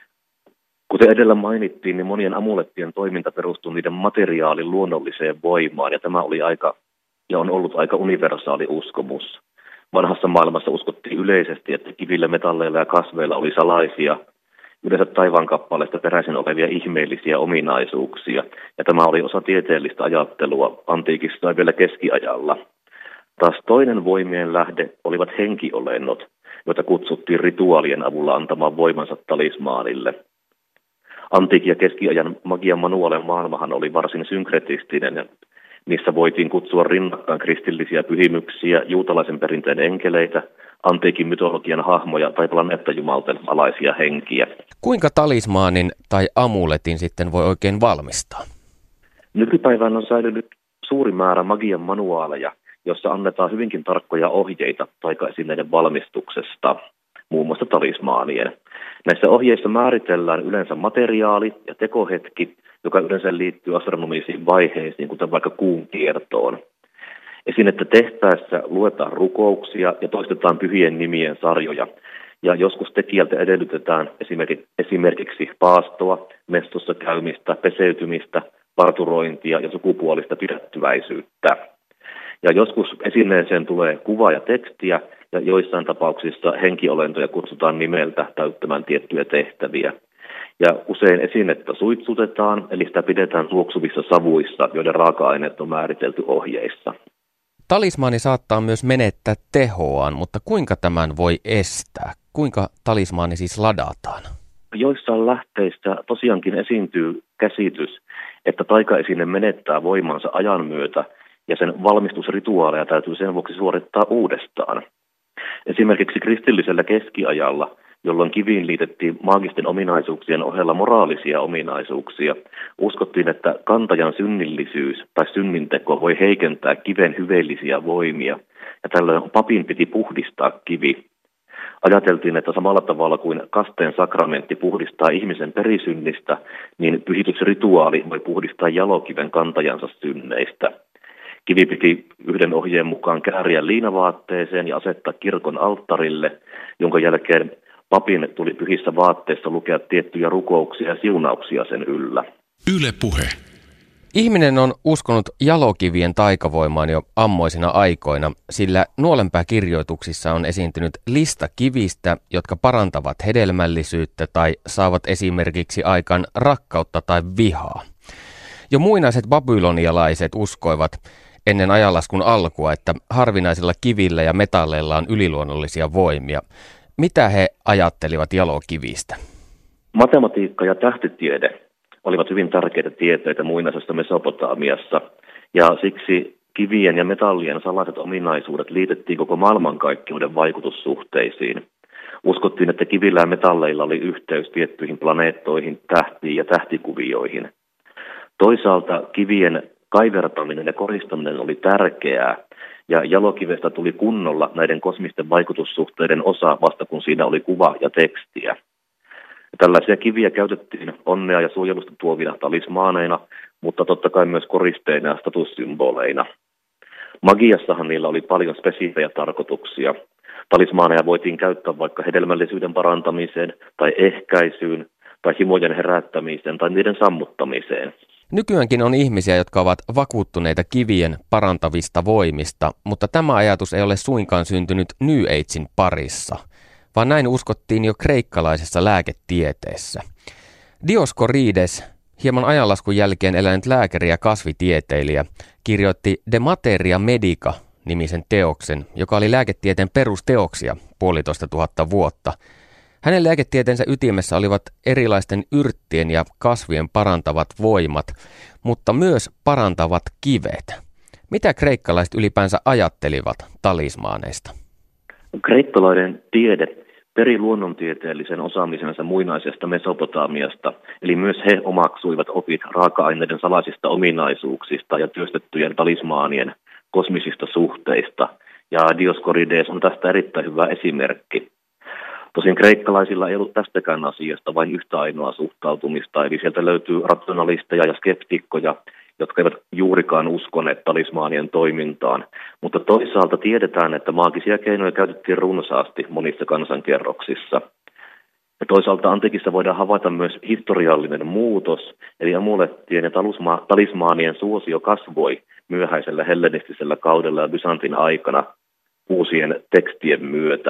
Speaker 6: Kuten edellä mainittiin, niin monien amulettien toiminta perustuu niiden materiaalin luonnolliseen voimaan, ja tämä oli on ollut aika universaali uskomus. Vanhassa maailmassa uskottiin yleisesti, että kivillä, metalleilla ja kasveilla oli salaisia, yleensä taivaankappaleista peräisin olevia ihmeellisiä ominaisuuksia, ja tämä oli osa tieteellistä ajattelua antiikissa tai vielä keskiajalla. Taas toinen voimien lähde olivat henkiolennot, joita kutsuttiin rituaalien avulla antamaan voimansa talismaanille. Antiikin ja keskiajan magian manuaalien maailmahan oli varsin synkretistinen, ja niissä voitiin kutsua rinnakkain kristillisiä pyhimyksiä, juutalaisen perinteen enkeleitä, antiikin mytologian hahmoja tai planeettajumalten alaisia henkiä.
Speaker 5: Kuinka talismaanin tai amuletin sitten voi oikein valmistaa?
Speaker 6: Nykypäivänä on säilynyt suuri määrä magian manuaaleja, jossa annetaan hyvinkin tarkkoja ohjeita taikaesineiden valmistuksesta, muun muassa talismaanien. Näissä ohjeissa määritellään yleensä materiaali ja tekohetki, joka yleensä liittyy astronomisiin vaiheisiin, kuten vaikka kuun kiertoon. Esinettä tehtäessä luetaan rukouksia ja toistetaan pyhien nimien sarjoja. Ja joskus tekijältä edellytetään esimerkiksi paastoa, mestossa käymistä, peseytymistä, parturointia ja sukupuolista pidättyväisyyttä. Ja joskus esineeseen tulee kuva ja tekstiä, ja joissain tapauksissa henkiolentoja kutsutaan nimeltä täyttämään tiettyjä tehtäviä. Ja usein esinettä suitsutetaan, eli sitä pidetään tuoksuvissa savuissa, joiden raaka-aineet on määritelty ohjeissa.
Speaker 5: Talismaani saattaa myös menettää tehoaan, mutta kuinka tämän voi estää? Kuinka talismaani siis ladataan?
Speaker 6: Joissain lähteissä tosiaankin esiintyy käsitys, että taikaesine menettää voimansa ajan myötä, ja sen valmistusrituaaleja täytyy sen vuoksi suorittaa uudestaan. Esimerkiksi kristillisellä keskiajalla jolloin kiviin liitettiin maagisten ominaisuuksien ohella moraalisia ominaisuuksia. Uskottiin, että kantajan synnillisyys tai synninteko voi heikentää kiven hyveellisiä voimia, ja tällöin papin piti puhdistaa kivi. Ajateltiin, että samalla tavalla kuin kasteen sakramentti puhdistaa ihmisen perisynnistä, niin pyhitysrituaali voi puhdistaa jalokiven kantajansa synneistä. Kivi piti yhden ohjeen mukaan kääriä liinavaatteeseen ja asettaa kirkon alttarille, jonka jälkeen papin tuli pyhissä vaatteissa lukea tiettyjä rukouksia ja siunauksia sen yllä.
Speaker 2: Yle Puhe.
Speaker 5: Ihminen on uskonut jalokivien taikavoimaan jo ammoisina aikoina, sillä nuolenpääkirjoituksissa on esiintynyt lista kivistä, jotka parantavat hedelmällisyyttä tai saavat esimerkiksi aikaan rakkautta tai vihaa. Jo muinaiset babylonialaiset uskoivat ennen ajanlaskun alkua, että harvinaisilla kivillä ja metalleilla on yliluonnollisia voimia. Mitä he ajattelivat jalokivistä?
Speaker 6: Matematiikka ja tähtitiede olivat hyvin tärkeitä tieteitä muinaisessa Mesopotamiassa, ja siksi kivien ja metallien salaiset ominaisuudet liitettiin koko maailmankaikkeuden vaikutussuhteisiin. Uskottiin, että kivillä ja metalleilla oli yhteys tiettyihin planeettoihin, tähtiin ja tähtikuvioihin. Toisaalta kivien kaivertaminen ja koristaminen oli tärkeää, ja jalokivestä tuli kunnolla näiden kosmisten vaikutussuhteiden osa vasta kun siinä oli kuva ja tekstiä. Tällaisia kiviä käytettiin onnea ja suojelusta tuovina talismaaneina, mutta totta kai myös koristeina ja statussymboleina. Magiassahan niillä oli paljon spesifejä tarkoituksia. Talismaaneja voitiin käyttää vaikka hedelmällisyyden parantamiseen tai ehkäisyyn tai himojen herättämiseen tai niiden sammuttamiseen.
Speaker 5: Nykyäänkin on ihmisiä, jotka ovat vakuuttuneita kivien parantavista voimista, mutta tämä ajatus ei ole suinkaan syntynyt New Agein parissa, vaan näin uskottiin jo kreikkalaisessa lääketieteessä. Dioskorides, hieman ajanlaskun jälkeen elänyt lääkäri ja kasvitieteilijä, kirjoitti De Materia Medica -nimisen teoksen, joka oli lääketieteen perusteoksia 1500 vuotta. Hänen lääketieteensä ytimessä olivat erilaisten yrttien ja kasvien parantavat voimat, mutta myös parantavat kivet. Mitä kreikkalaiset ylipäänsä ajattelivat talismaaneista?
Speaker 6: Kreikkalainen tiede peri luonnontieteellisen osaamisensa muinaisesta Mesopotamiasta, eli myös he omaksuivat opit raaka-aineiden salaisista ominaisuuksista ja työstettyjen talismaanien kosmisista suhteista, ja Dioskorides on tästä erittäin hyvä esimerkki. Tosin kreikkalaisilla ei ollut tästäkään asiasta vain yhtä ainoa suhtautumista, eli sieltä löytyy rationalisteja ja skeptikkoja, jotka eivät juurikaan uskoneet talismaanien toimintaan. Mutta toisaalta tiedetään, että maagisia keinoja käytettiin runsaasti monissa kansankerroksissa. Ja toisaalta antiikissa voidaan havaita myös historiallinen muutos, eli amulettien ja talismaanien suosio kasvoi myöhäisellä hellenistisellä kaudella ja Byzantin aikana uusien tekstien myötä.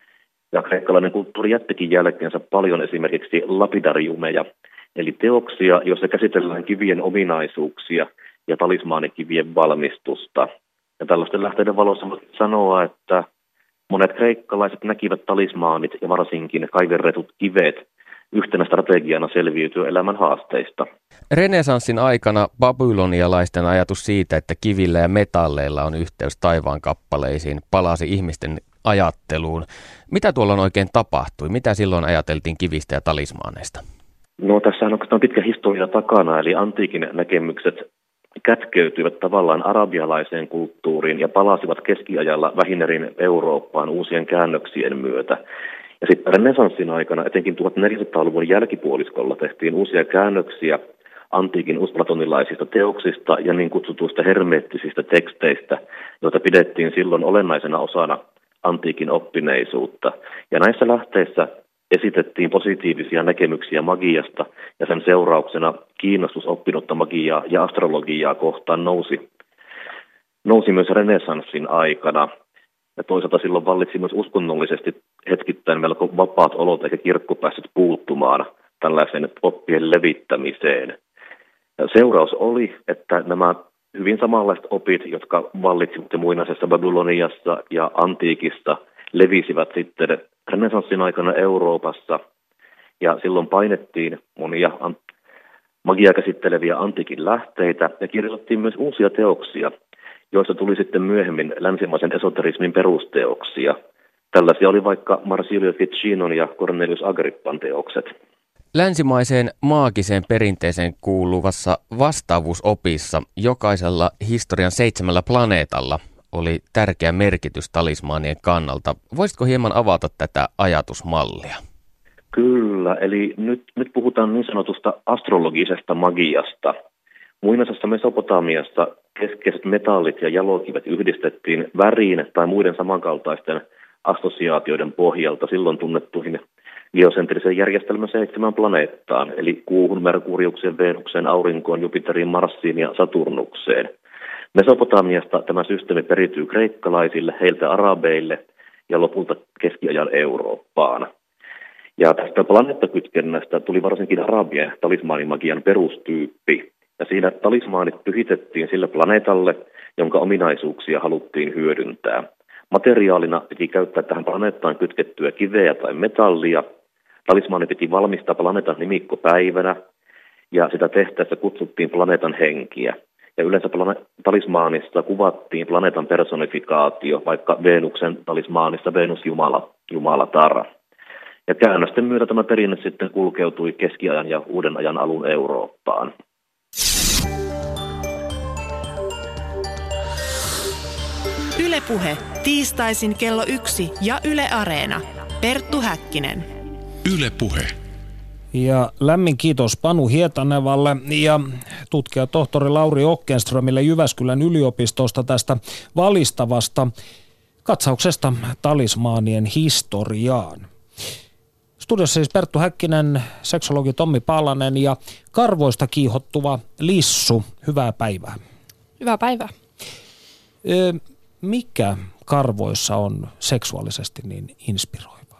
Speaker 6: Ja kreikkalainen kulttuuri jättikin jälkeensä paljon esimerkiksi lapidariumeja, eli teoksia, joissa käsitellään kivien ominaisuuksia ja talismaanikivien valmistusta. Ja tällaisten lähteiden valossa voisi sanoa, että monet kreikkalaiset näkivät talismaanit ja varsinkin kaiverretut kivet yhtenä strategiana selviytyä elämän haasteista.
Speaker 5: Renesanssin aikana babylonialaisten ajatus siitä, että kivillä ja metalleilla on yhteys taivaan kappaleisiin, palasi ihmisten ajatteluun. Mitä tuolloin oikein tapahtui? Mitä silloin ajateltiin kivistä ja talismaaneista?
Speaker 6: No tässä on pitkä historia takana, eli antiikin näkemykset kätkeytyivät tavallaan arabialaiseen kulttuuriin ja palasivat keskiajalla vähinerin Eurooppaan uusien käännöksien myötä. Ja sitten renesanssin aikana, etenkin 1400-luvun jälkipuoliskolla, tehtiin uusia käännöksiä antiikin uusplatonilaisista teoksista ja niin kutsutuista hermeettisistä teksteistä, joita pidettiin silloin olennaisena osana antiikin oppineisuutta. Ja näissä lähteissä esitettiin positiivisia näkemyksiä magiasta, ja sen seurauksena kiinnostus oppinutta magiaa ja astrologiaa kohtaan nousi myös renesanssin aikana. Ja toisaalta silloin vallitsi myös uskonnollisesti hetkittäin melko vapaat olot, eikä kirkko päässyt puuttumaan tällaisen oppien levittämiseen. Ja seuraus oli, että nämä hyvin samanlaiset opit, jotka vallitsivat muinaisessa Babyloniassa ja antiikissa, levisivät sitten renesanssin aikana Euroopassa, ja silloin painettiin monia magiaa käsitteleviä antiikin lähteitä, ja kirjoitettiin myös uusia teoksia, joista tuli sitten myöhemmin länsimaisen esoterismin perusteoksia. Tällaisia oli vaikka Marsilio Ficinon ja Cornelius Agrippan teokset.
Speaker 5: Länsimaiseen maagiseen perinteeseen kuuluvassa vastaavuusopissa jokaisella historian 7 planeetalla oli tärkeä merkitys talismaanien kannalta. Voisitko hieman avata tätä ajatusmallia?
Speaker 6: Kyllä, eli nyt puhutaan niin sanotusta astrologisesta magiasta. Muinaisessa Mesopotamiassa keskeiset metallit ja jalokivet yhdistettiin väriin tai muiden samankaltaisten assosiaatioiden pohjalta silloin tunnettuihin geosentrisen järjestelmän 7 planeettaan, eli Kuuhun, Merkuriukseen, Venukseen, Aurinkoon, Jupiteriin, Marsiin ja Saturnukseen. Mesopotamiasta tämä systeemi periytyy kreikkalaisille, heiltä arabeille ja lopulta keskiajan Eurooppaan. Ja tästä planeettakytkennästä tuli varsinkin arabien talismaanimagian perustyyppi. Ja siinä talismaanit pyhitettiin sille planeetalle, jonka ominaisuuksia haluttiin hyödyntää. Materiaalina piti käyttää tähän planeettaan kytkettyä kiveä tai metallia. Talismaani piti valmistaa planeetan nimikkopäivänä ja sitä tehtäessä kutsuttiin planeetan henkiä. Ja yleensä talismaanissa kuvattiin planeetan personifikaatio, vaikka Venuksen talismaanissa Venus Jumalatar. Ja käännösten myötä tämä perinne sitten kulkeutui keskiajan ja uuden ajan alun Eurooppaan.
Speaker 1: Yle Puhe, tiistaisin kello 1 ja Yle Areena. Perttu Häkkinen.
Speaker 2: Yle Puhe.
Speaker 3: Ja lämmin kiitos Panu Hietanevalle ja tutkija tohtori Lauri Ockenströmille Jyväskylän yliopistosta tästä valistavasta katsauksesta talismaanien historiaan. Studiossa siis Perttu Häkkinen, seksologi Tommi Paalanen ja karvoista kiihottuva Lissu. Hyvää päivää.
Speaker 7: Hyvää päivää.
Speaker 3: Mikä karvoissa on seksuaalisesti niin inspiroivaa?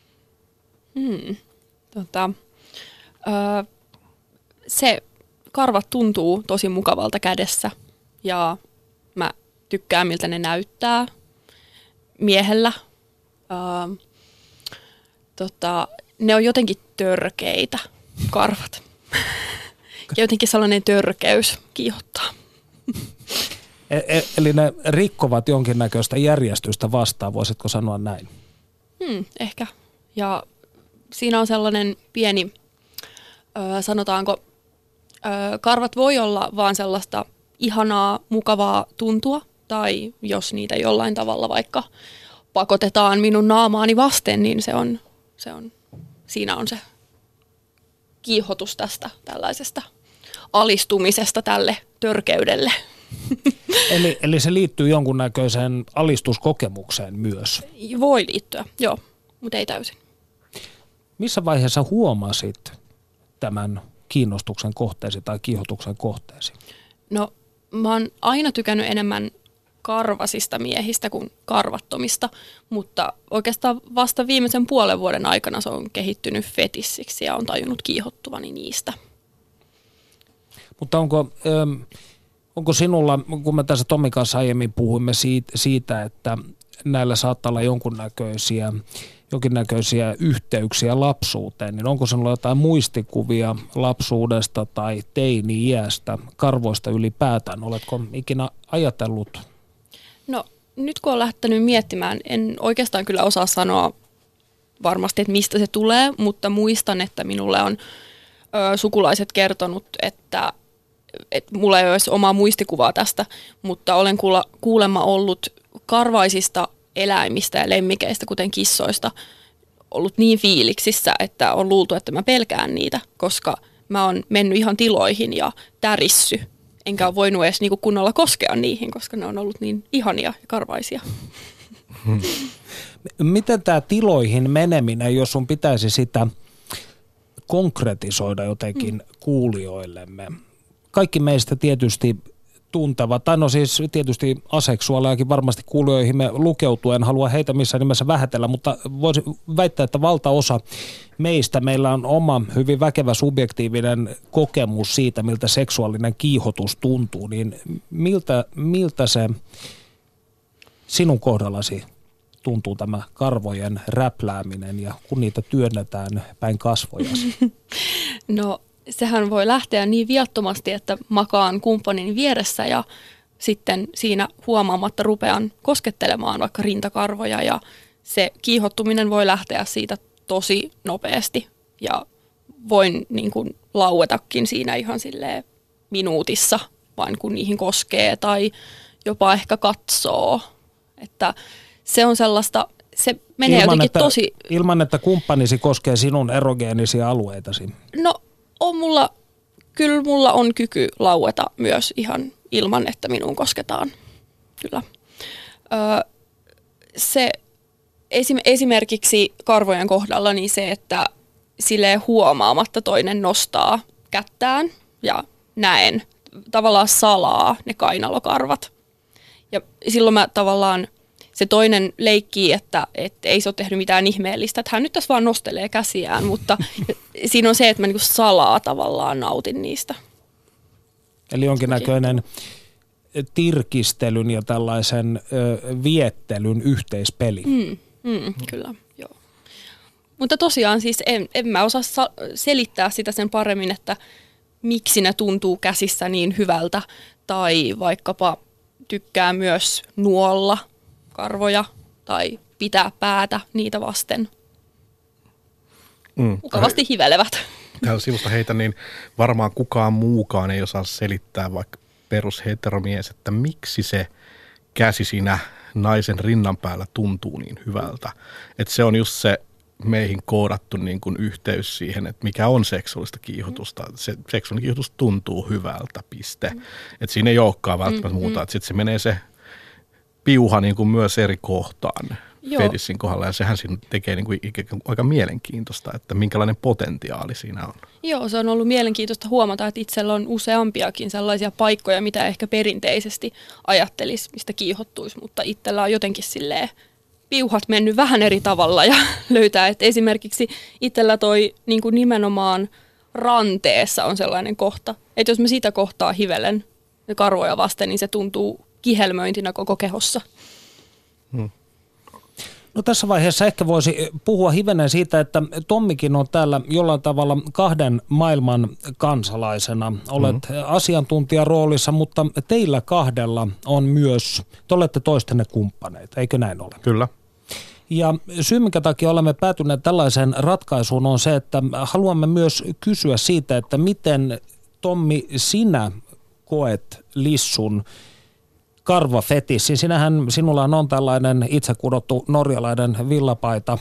Speaker 7: Se karvat tuntuu tosi mukavalta kädessä ja mä tykkään miltä ne näyttää miehellä. Ne on jotenkin törkeitä karvat. Ja jotenkin sellainen törkeys kiihottaa.
Speaker 3: Eli ne rikkovat jonkinnäköistä järjestystä vastaan, voisitko sanoa näin?
Speaker 7: Ehkä. Ja siinä on sellainen pieni, sanotaanko, karvat voi olla vaan sellaista ihanaa, mukavaa tuntua, tai jos niitä jollain tavalla vaikka pakotetaan minun naamaani vasten, niin siinä on se kiihotus tästä tällaisesta alistumisesta tälle törkeydelle.
Speaker 3: Eli se liittyy jonkunnäköiseen alistuskokemukseen myös?
Speaker 7: Voi liittyä, joo, mutta ei täysin.
Speaker 3: Missä vaiheessa huomasit tämän kiinnostuksen kohteesi tai kiihotuksen kohteesi?
Speaker 7: No, mä oon aina tykännyt enemmän karvasista miehistä kuin karvattomista, mutta oikeastaan vasta viimeisen puolen vuoden aikana se on kehittynyt fetissiksi ja on tajunnut kiihottuvani niistä.
Speaker 3: Mutta onko sinulla, kun me tässä Tommin kanssa aiemmin puhuimme siitä, että näillä saattaa olla jonkinnäköisiä yhteyksiä lapsuuteen, niin onko sinulla jotain muistikuvia lapsuudesta tai teini-iästä, karvoista ylipäätään? Oletko ikinä ajatellut?
Speaker 7: No nyt kun olen lähtenyt miettimään, en oikeastaan kyllä osaa sanoa varmasti, että mistä se tulee, mutta muistan, että minulle on sukulaiset kertonut, että mulla ei olisi omaa muistikuvaa tästä, mutta olen kuulemma ollut karvaisista eläimistä ja lemmikeistä, kuten kissoista, ollut niin fiiliksissä, että on luultu, että mä pelkään niitä, koska mä oon mennyt ihan tiloihin ja tärissy, enkä ole voinut edes niinku kunnolla koskea niihin, koska ne on ollut niin ihania ja karvaisia.
Speaker 3: Miten tämä tiloihin meneminen, jos sun pitäisi sitä konkretisoida jotenkin kuulijoillemme? Kaikki meistä tietysti tuntevat, tai no siis tietysti aseksuaalejakin varmasti kuulijoihimme lukeutuu, en halua heitä missään nimessä vähätellä, mutta voisin väittää, että valtaosa meistä, meillä on oma hyvin väkevä subjektiivinen kokemus siitä, miltä seksuaalinen kiihotus tuntuu, niin miltä se sinun kohdallasi tuntuu tämä karvojen räplääminen ja kun niitä työnnetään päin kasvojasi?
Speaker 7: No sehän voi lähteä niin viattomasti, että makaan kumppanin vieressä ja sitten siinä huomaamatta rupean koskettelemaan vaikka rintakarvoja ja se kiihottuminen voi lähteä siitä tosi nopeasti ja voin niin kuin lauetakin siinä ihan silleen minuutissa, vain kun niihin koskee tai jopa ehkä katsoo. Että se on sellaista, se menee jotenkin tosi...
Speaker 3: Ilman, että kumppanisi koskee sinun erogeenisia alueitasi. No
Speaker 7: kyllä mulla on kyky laueta myös ihan ilman, että minuun kosketaan. Kyllä. Se esimerkiksi karvojen kohdalla niin se, että silleen huomaamatta toinen nostaa kättään ja näen tavallaan salaa ne kainalokarvat. Ja silloin mä tavallaan, se toinen leikkii, että ei se ole tehnyt mitään ihmeellistä, että hän nyt tässä vaan nostelee käsiään, mutta siinä on se, että mä niinku salaa tavallaan nautin niistä.
Speaker 3: Eli jonkinnäköinen tirkistelyn ja tällaisen viettelyn yhteispeli.
Speaker 7: Kyllä, joo. Mutta tosiaan siis en mä osaa selittää sitä sen paremmin, että miksi ne tuntuu käsissä niin hyvältä tai vaikkapa tykkää myös nuolla karvoja tai pitää päätä niitä vasten. Mukavasti hivelevät.
Speaker 4: Täällä sivusta heitä, niin varmaan kukaan muukaan ei osaa selittää, vaikka perusheteromies, että miksi se käsi siinä naisen rinnan päällä tuntuu niin hyvältä. Että se on just se meihin koodattu niin kuin yhteys siihen, että mikä on seksuaalista kiihotusta. Se seksuaalinen kiihotus tuntuu hyvältä, piste. Että siinä ei olekaan välttämättä muuta. Että sitten se menee se piuha niin kuin myös eri kohtaan fetissin kohdalla. Ja sehän siinä tekee niin kuin aika mielenkiintoista, että minkälainen potentiaali siinä on.
Speaker 7: Joo, se on ollut mielenkiintoista huomata, että itsellä on useampiakin sellaisia paikkoja, mitä ehkä perinteisesti ajattelisi, mistä kiihottuisi, mutta itsellä on jotenkin silleen piuhat mennyt vähän eri tavalla ja löytää, että esimerkiksi itsellä toi niin kuin nimenomaan ranteessa on sellainen kohta, että jos mä sitä kohtaa hivelen karvoja vasten, niin se tuntuu kihelmöintinä koko kehossa.
Speaker 3: No tässä vaiheessa ehkä voisi puhua hivenen siitä, että Tommikin on täällä jollain tavalla kahden maailman kansalaisena. Olet asiantuntijaroolissa, mutta teillä kahdella on myös, te olette toistenne kumppaneita, eikö näin ole?
Speaker 4: Kyllä.
Speaker 3: Ja syy, minkä takia olemme päätyneet tällaiseen ratkaisuun, on se, että haluamme myös kysyä siitä, että miten, Tommi, sinä koet lissun karvafetissi. Sinulla on tällainen itse kudottu norjalainen villapaita.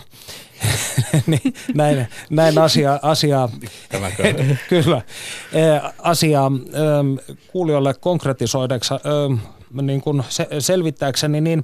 Speaker 3: näin asiaa kyllä, asiaa kuulijoille konkretisoideksi niin kuin selvittääkseni, niin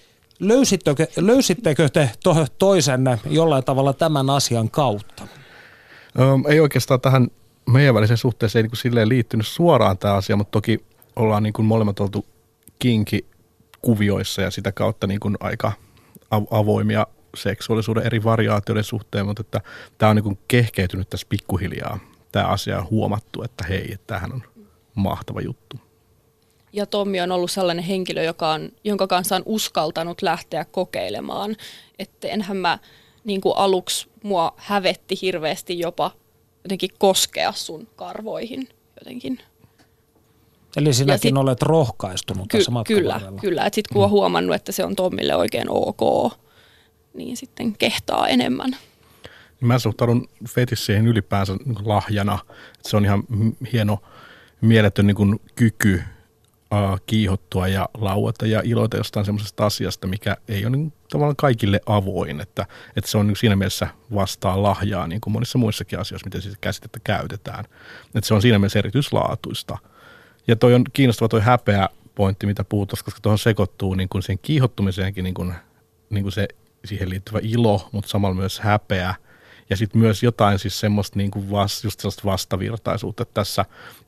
Speaker 3: löysittekö te toisenne jollain tavalla tämän asian kautta?
Speaker 4: Ei oikeastaan tähän meidän välisen suhteeseen ei niin kuin silleen liittynyt suoraan tämä asia, mutta toki ollaan niin kuin molemmat oltu kinki-kuvioissa ja sitä kautta niin kuin aika avoimia seksuaalisuuden eri variaatioiden suhteen, mutta että tämä on niin kuin kehkeytynyt tässä pikkuhiljaa. Tämä asia on huomattu, että hei, että tämähän on mahtava juttu.
Speaker 7: Ja Tommi on ollut sellainen henkilö, jonka kanssa on uskaltanut lähteä kokeilemaan. Että enhän mä niin kuin aluksi mua hävetti hirveästi jopa jotenkin koskea sun karvoihin jotenkin.
Speaker 3: Eli sinäkin olet rohkaistunut tässä matkan varrella.
Speaker 7: Kyllä. Että sitten kun on huomannut, että se on Tommille oikein ok, niin sitten kehtaa enemmän.
Speaker 4: Mä suhtaudun fetisseihin ylipäänsä lahjana. Se on ihan hieno, mieletön niin kuin kyky kiihottua ja lauata ja iloita jostain semmoisesta asiasta, mikä ei ole niin tavallaan kaikille avoin. Että se on niin siinä mielessä vastaa lahjaa, niin kuin monissa muissakin asioissa, miten sitä käsitettä käytetään. Että se on siinä mielessä erityislaatuista. Ja toi on kiinnostava toi häpeä pointti, mitä puhutaan, koska tuohon sekoittuu niin kuin siihen kiihottumiseenkin niin kuin se siihen liittyvä ilo, mutta samalla myös häpeä. Ja sitten myös jotain siis semmoista, niin kuin just sellaista vastavirtaisuutta, että tässä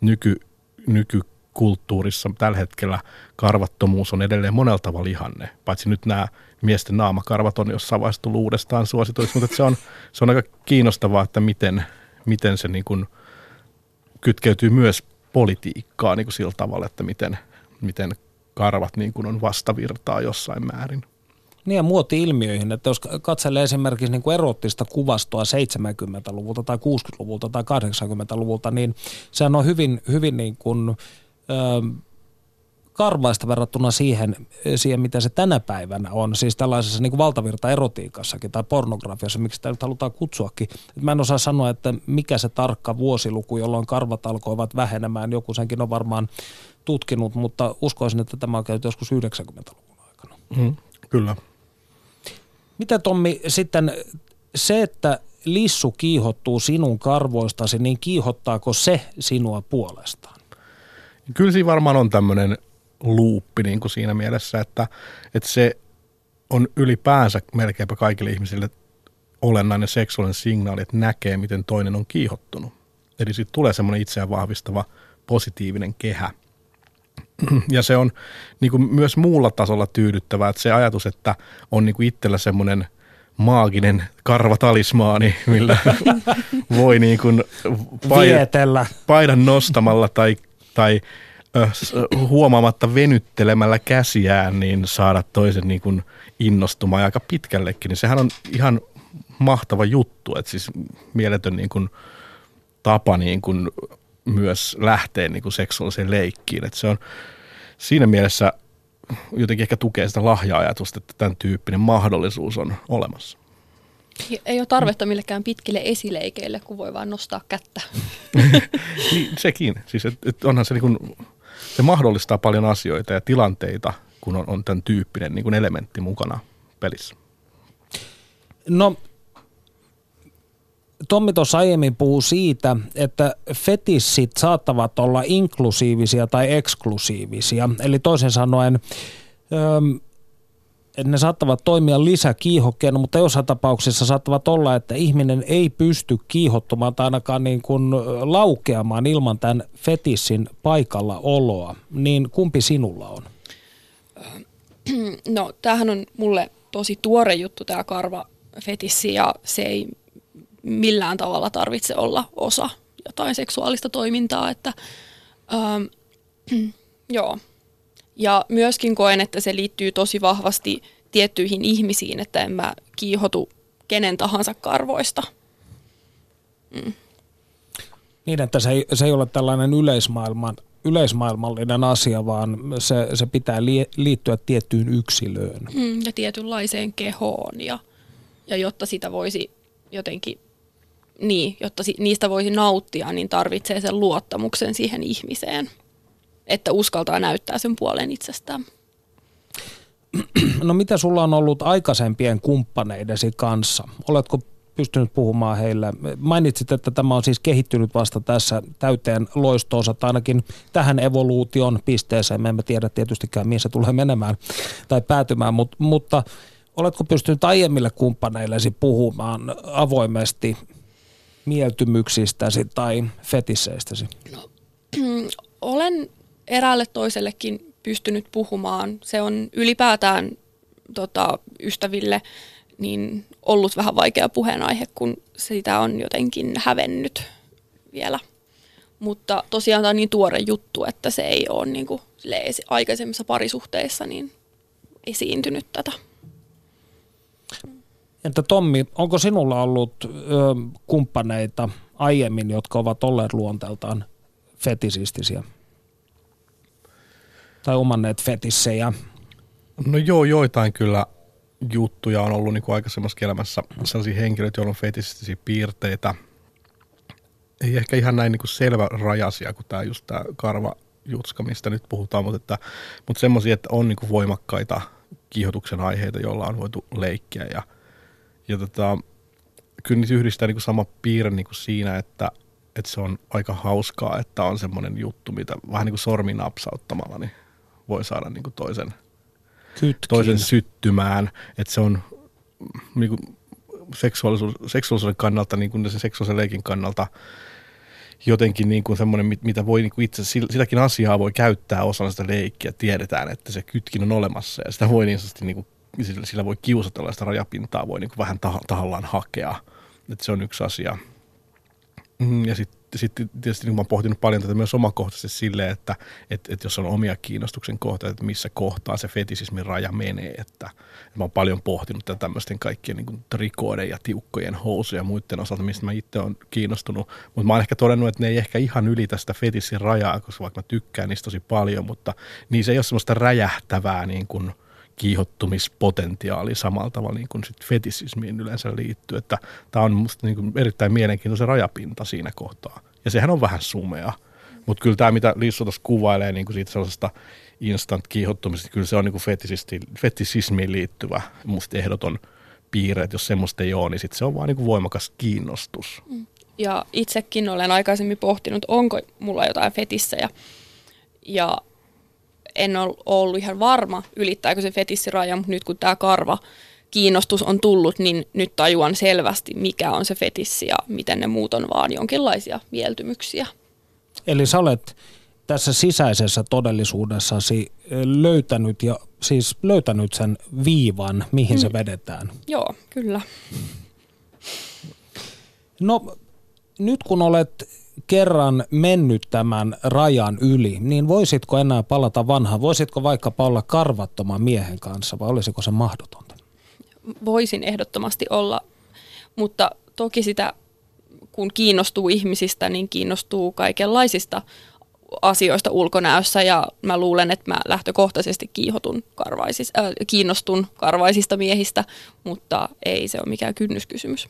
Speaker 4: nykykulttuurissa tällä hetkellä karvattomuus on edelleen monella tavalla ihanne. Paitsi nyt nämä miesten naamakarvat on jossain vaiheessa tullut uudestaan suosituiksi, mutta se on aika kiinnostavaa, että miten se niin kuin kytkeytyy myös politiikkaa niin kuin sillä tavalla, että miten karvat niin kuin on vastavirtaa jossain määrin.
Speaker 3: Niin ja muoti-ilmiöihin, että jos katselee esimerkiksi niin kuin erottista kuvastoa 70-luvulta tai 60-luvulta tai 80-luvulta, niin sehän on hyvin niin kuin, karvaista verrattuna siihen, mitä se tänä päivänä on, siis tällaisessa niin kuin valtavirta-erotiikassakin tai pornografiassa, miksi sitä nyt halutaan kutsuakin. Mä en osaa sanoa, että mikä se tarkka vuosiluku, jolloin karvat alkoivat vähenemään, joku senkin on varmaan tutkinut, mutta uskoisin, että tämä on käyty joskus 90-luvun aikana.
Speaker 4: Kyllä.
Speaker 3: Mitä Tommi sitten se, että lissu kiihottuu sinun karvoistasi, niin kiihottaako se sinua puolestaan?
Speaker 4: Kyllä siinä varmaan on tämmöinen luuppi niin kuin siinä mielessä, että se on ylipäänsä melkeinpä kaikille ihmisille olennainen seksuaalinen signaali, että näkee, miten toinen on kiihottunut. Eli siitä tulee semmoinen itseään vahvistava positiivinen kehä. Ja se on niin kuin myös muulla tasolla tyydyttävää, että se ajatus, että on niin kuin itsellä semmoinen maaginen karvatalismaani, millä voi niin kuin paidan nostamalla tai huomaamatta venyttelemällä käsiään, niin saada toisen niin kuin innostumaan aika pitkällekin. Niin sehän on ihan mahtava juttu, että siis mieletön niin kuin tapa niin kuin myös lähteä niin kuin seksuaaliseen leikkiin. Että se on siinä mielessä jotenkin ehkä tukee sitä lahja-ajatusta, että tämän tyyppinen mahdollisuus on olemassa.
Speaker 7: Ei ole tarvetta millekään pitkille esileikeille, kun voi vaan nostaa kättä.
Speaker 4: Niin, sekin. Siis, onhan se, niin kuin, se mahdollistaa paljon asioita ja tilanteita, kun on tämän tyyppinen niin kuin elementti mukana pelissä.
Speaker 3: No, Tommi tuossa aiemmin puhui siitä, että fetissit saattavat olla inklusiivisia tai eksklusiivisia. Eli toisin sanoen, ne saattavat toimia lisäkiihokkeena, mutta jossain tapauksessa saattavat olla, että ihminen ei pysty kiihottumaan tai ainakaan niin kuin laukeamaan ilman tämän fetissin paikalla oloa. Niin kumpi sinulla on?
Speaker 7: No, tämähän on mulle tosi tuore juttu, tämä karvafetissi, ja se ei millään tavalla tarvitse olla osa jotain seksuaalista toimintaa, että joo. Ja myöskin koen, että se liittyy tosi vahvasti tiettyihin ihmisiin, että en mä kiihotu kenen tahansa karvoista.
Speaker 3: Niin, että se ei ole tällainen yleismaailmallinen asia, vaan se pitää liittyä tiettyyn yksilöön.
Speaker 7: Ja tietynlaiseen kehoon, ja jotta sitä voisi jotenkin, jotta niistä voisi nauttia, niin tarvitsee sen luottamuksen siihen ihmiseen, että uskaltaa näyttää sen puolen itsestään.
Speaker 3: No mitä sulla on ollut aikaisempien kumppaneidesi kanssa? Oletko pystynyt puhumaan heille? Mainitsit, että tämä on siis kehittynyt vasta tässä täyteen loistoonsa, tai ainakin tähän evoluution pisteeseen. Me emme tiedä tietystikään, mihin se tulee menemään tai päätymään, mutta oletko pystynyt aiemmille kumppaneillesi puhumaan avoimesti mieltymyksistäsi tai fetisseistäsi?
Speaker 7: No, olen eräälle toisellekin pystynyt puhumaan. Se on ylipäätään ystäville niin ollut vähän vaikea puheenaihe, kun sitä on jotenkin hävennyt vielä. Mutta tosiaan tämä on niin tuore juttu, että se ei ole niin kuin aikaisemmissa parisuhteissa niin esiintynyt tätä.
Speaker 3: Entä Tommi, onko sinulla ollut kumppaneita aiemmin, jotka ovat olleet luonteeltaan fetisistisiä? Tai omanneet fetissejä?
Speaker 4: No joo, joitain kyllä juttuja on ollut niin kuin aikaisemmassa elämässä sellaisia henkilöitä, joilla on fetisistisiä piirteitä. Ei ehkä ihan näin niin kuin selvärajaisia kuin tämä karvajutska, mistä nyt puhutaan, mutta semmoisia, että on niin kuin voimakkaita kiihotuksen aiheita, joilla on voitu leikkiä. Ja kyllä niitä yhdistää niin kuin sama piirre niin kuin siinä, että se on aika hauskaa, että on semmoinen juttu, mitä vähän niin kuin sormin napsauttamalla niin voi saada niin kuin toisen syttymään. Että se on niin kuin seksuaalisuuden kannalta, niin kuin sen seksuaalisen leikin kannalta jotenkin niin kuin semmoinen, mitä voi niin kuin itse, sitäkin asiaa voi käyttää osana sitä leikkiä. Tiedetään, että se kytkin on olemassa ja sitä voi niin sanotusti, niin kuin, sillä voi kiusatella, sitä rajapintaa voi niin kuin vähän tahallaan hakea. Että se on yksi asia. Ja sitten sitten tietysti niin mä oon pohtinut paljon tätä myös omakohtaisesti silleen, että jos on omia kiinnostuksen kohteita, että missä kohtaa se fetisismin raja menee. Että mä oon paljon pohtinut tätä tämmöisten kaikkien niin kuin trikoiden ja tiukkojen housuja ja muiden osalta, mistä mä itse oon kiinnostunut. Mutta mä oon ehkä todennut, että ne ei ehkä ihan ylitä sitä fetissin rajaa, koska vaikka mä tykkään niistä tosi paljon, mutta niissä ei ole semmoista räjähtävää niin kuin kiihottumispotentiaali samalla tavalla niin kuin sit fetisismiin yleensä liittyy. Että tämä on musta niin kuin erittäin mielenkiintoinen rajapinta siinä kohtaa. Ja sehän on vähän sumea. Mutta kyllä tämä, mitä Lissu tuossa kuvailee niin kuin siitä sellaisesta instant-kiihottumisesta, kyllä se on niin kuin fetisismiin liittyvä musta ehdoton piirre. Että jos semmoista ei ole, niin sit se on vaan niin kuin voimakas kiinnostus.
Speaker 7: Ja itsekin olen aikaisemmin pohtinut, onko mulla jotain fetissejä. Ja en ole ollut ihan varma, ylittääkö se fetissiraja, mutta nyt kun tämä karva kiinnostus on tullut, niin nyt tajuan selvästi, mikä on se fetissi ja miten ne muut on vaan jonkinlaisia mieltymyksiä.
Speaker 3: Eli sä olet tässä sisäisessä todellisuudessasi löytänyt sen viivan, mihin se vedetään.
Speaker 7: Joo, kyllä.
Speaker 3: No nyt kun olet kerran mennyt tämän rajan yli, niin voisitko enää palata vanhaan? Voisitko vaikkapa olla karvattoman miehen kanssa vai olisiko se mahdotonta?
Speaker 7: Voisin ehdottomasti olla, mutta toki sitä, kun kiinnostuu ihmisistä, niin kiinnostuu kaikenlaisista asioista ulkonäössä ja mä luulen, että mä lähtökohtaisesti kiinnostun karvaisista miehistä, mutta ei se ole mikään kynnyskysymys.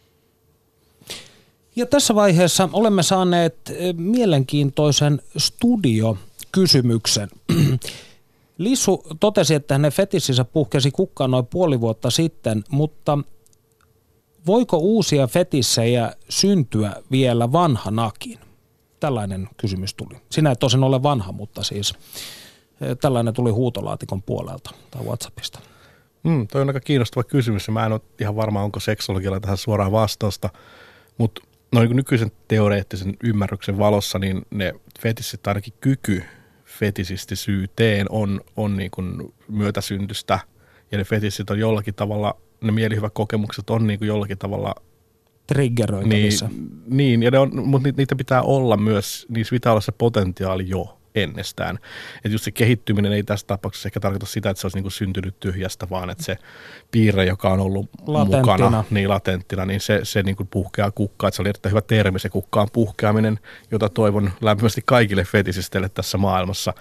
Speaker 3: Ja tässä vaiheessa olemme saaneet mielenkiintoisen studiokysymyksen. Lissu totesi, että hänen fetissinsä puhkesi kukkaan noin puoli vuotta sitten, mutta voiko uusia fetissejä syntyä vielä vanhanakin? Tällainen kysymys tuli. Sinä et tosin ole vanha, mutta siis tällainen tuli huutolaatikon puolelta tai WhatsAppista.
Speaker 4: Toi on aika kiinnostava kysymys ja mä en ole ihan varma, onko seksologialla tähän suoraan vastausta, mutta niin nykyisen teoreettisen ymmärryksen valossa, niin ne fetissit, ainakin kyky fetisistisyyteen on niin kuin myötäsyntystä. Ja ne fetissit on jollakin tavalla, ne mielihyvät kokemukset on niin kuin jollakin tavalla
Speaker 3: triggeröitävissä.
Speaker 4: Niin mutta niitä pitää olla myös, niissä pitää olla se potentiaali jo ennestään. Että just se kehittyminen ei tässä tapauksessa ehkä tarkoita sitä, että se olisi niin kuin syntynyt tyhjästä, vaan että se piirre, joka on ollut mukana, niin latenttina, niin se niin kuin puhkeaa kukkaan. Että se oli erittäin hyvä termi, se kukkaan puhkeaminen, jota toivon lämpimästi kaikille fetisisteille tässä maailmassa.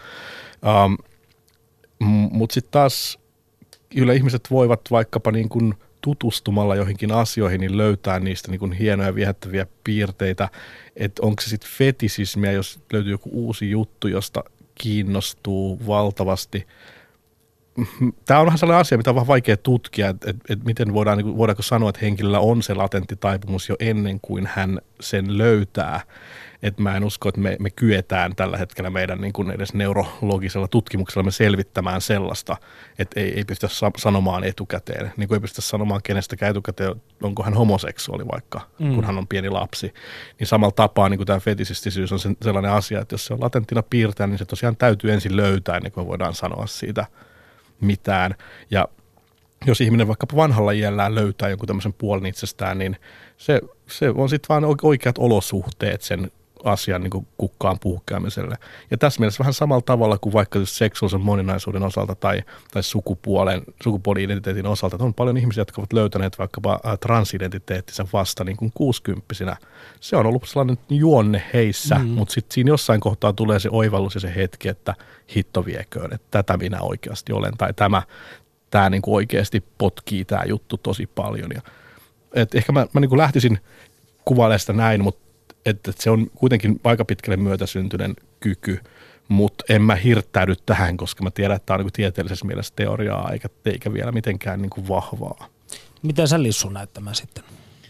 Speaker 4: Mutta sitten taas kyllä ihmiset voivat vaikkapa niin kuin tutustumalla joihinkin asioihin, niin löytää niistä niin kuin hienoja viehättäviä piirteitä, että onko se sitten fetisismiä, jos löytyy joku uusi juttu, josta kiinnostuu valtavasti. Tämä on vähän sellainen asia, mitä on vähän vaikea tutkia, että miten voidaanko sanoa, että henkilöllä on se latentti taipumus jo ennen kuin hän sen löytää. Että mä en usko, että me kyetään tällä hetkellä meidän niin kuin edes neurologisella tutkimuksella me selvittämään sellaista, että ei pystytä sanomaan etukäteen. Niin kuin ei pystytä sanomaan kenestäkään etukäteen, onko hän homoseksuaali vaikka, kun hän on pieni lapsi. Niin samalla tapaa niin kuin tämä fetisistisyys on sellainen asia, että jos se on latenttina piirtää, niin se tosiaan täytyy ensin löytää, ennen kuin voidaan sanoa siitä mitään. Ja jos ihminen vaikka vanhalla iällään löytää jonkun tämmöisen puolen itsestään, niin se on sitten vaan oikeat olosuhteet sen asian niin kuin kukkaan puhkeamiselle. Ja tässä mielessä vähän samalla tavalla kuin vaikka seksuaalisen moninaisuuden osalta tai sukupuoli-identiteetin osalta, että on paljon ihmisiä, jotka ovat löytäneet vaikkapa transidentiteettinsä vasta niin kuin 60-vuotiaana. Se on ollut sellainen juonne heissä, mutta sitten siinä jossain kohtaa tulee se oivallus ja se hetki, että hitto vieköön, että tätä minä oikeasti olen, tai tämä niin kuin oikeasti potkii tämä juttu tosi paljon. Ja, ehkä mä niin kuin lähtisin kuvailemaan sitä näin, mutta että se on kuitenkin aika pitkälle myötäsyntyinen kyky, mutta en mä hirttäydy tähän, koska mä tiedän, että tämä on niin tieteellisessä mielessä teoriaa, eikä vielä mitenkään niin kuin vahvaa.
Speaker 3: Miten sä Lissu näet tämän sitten?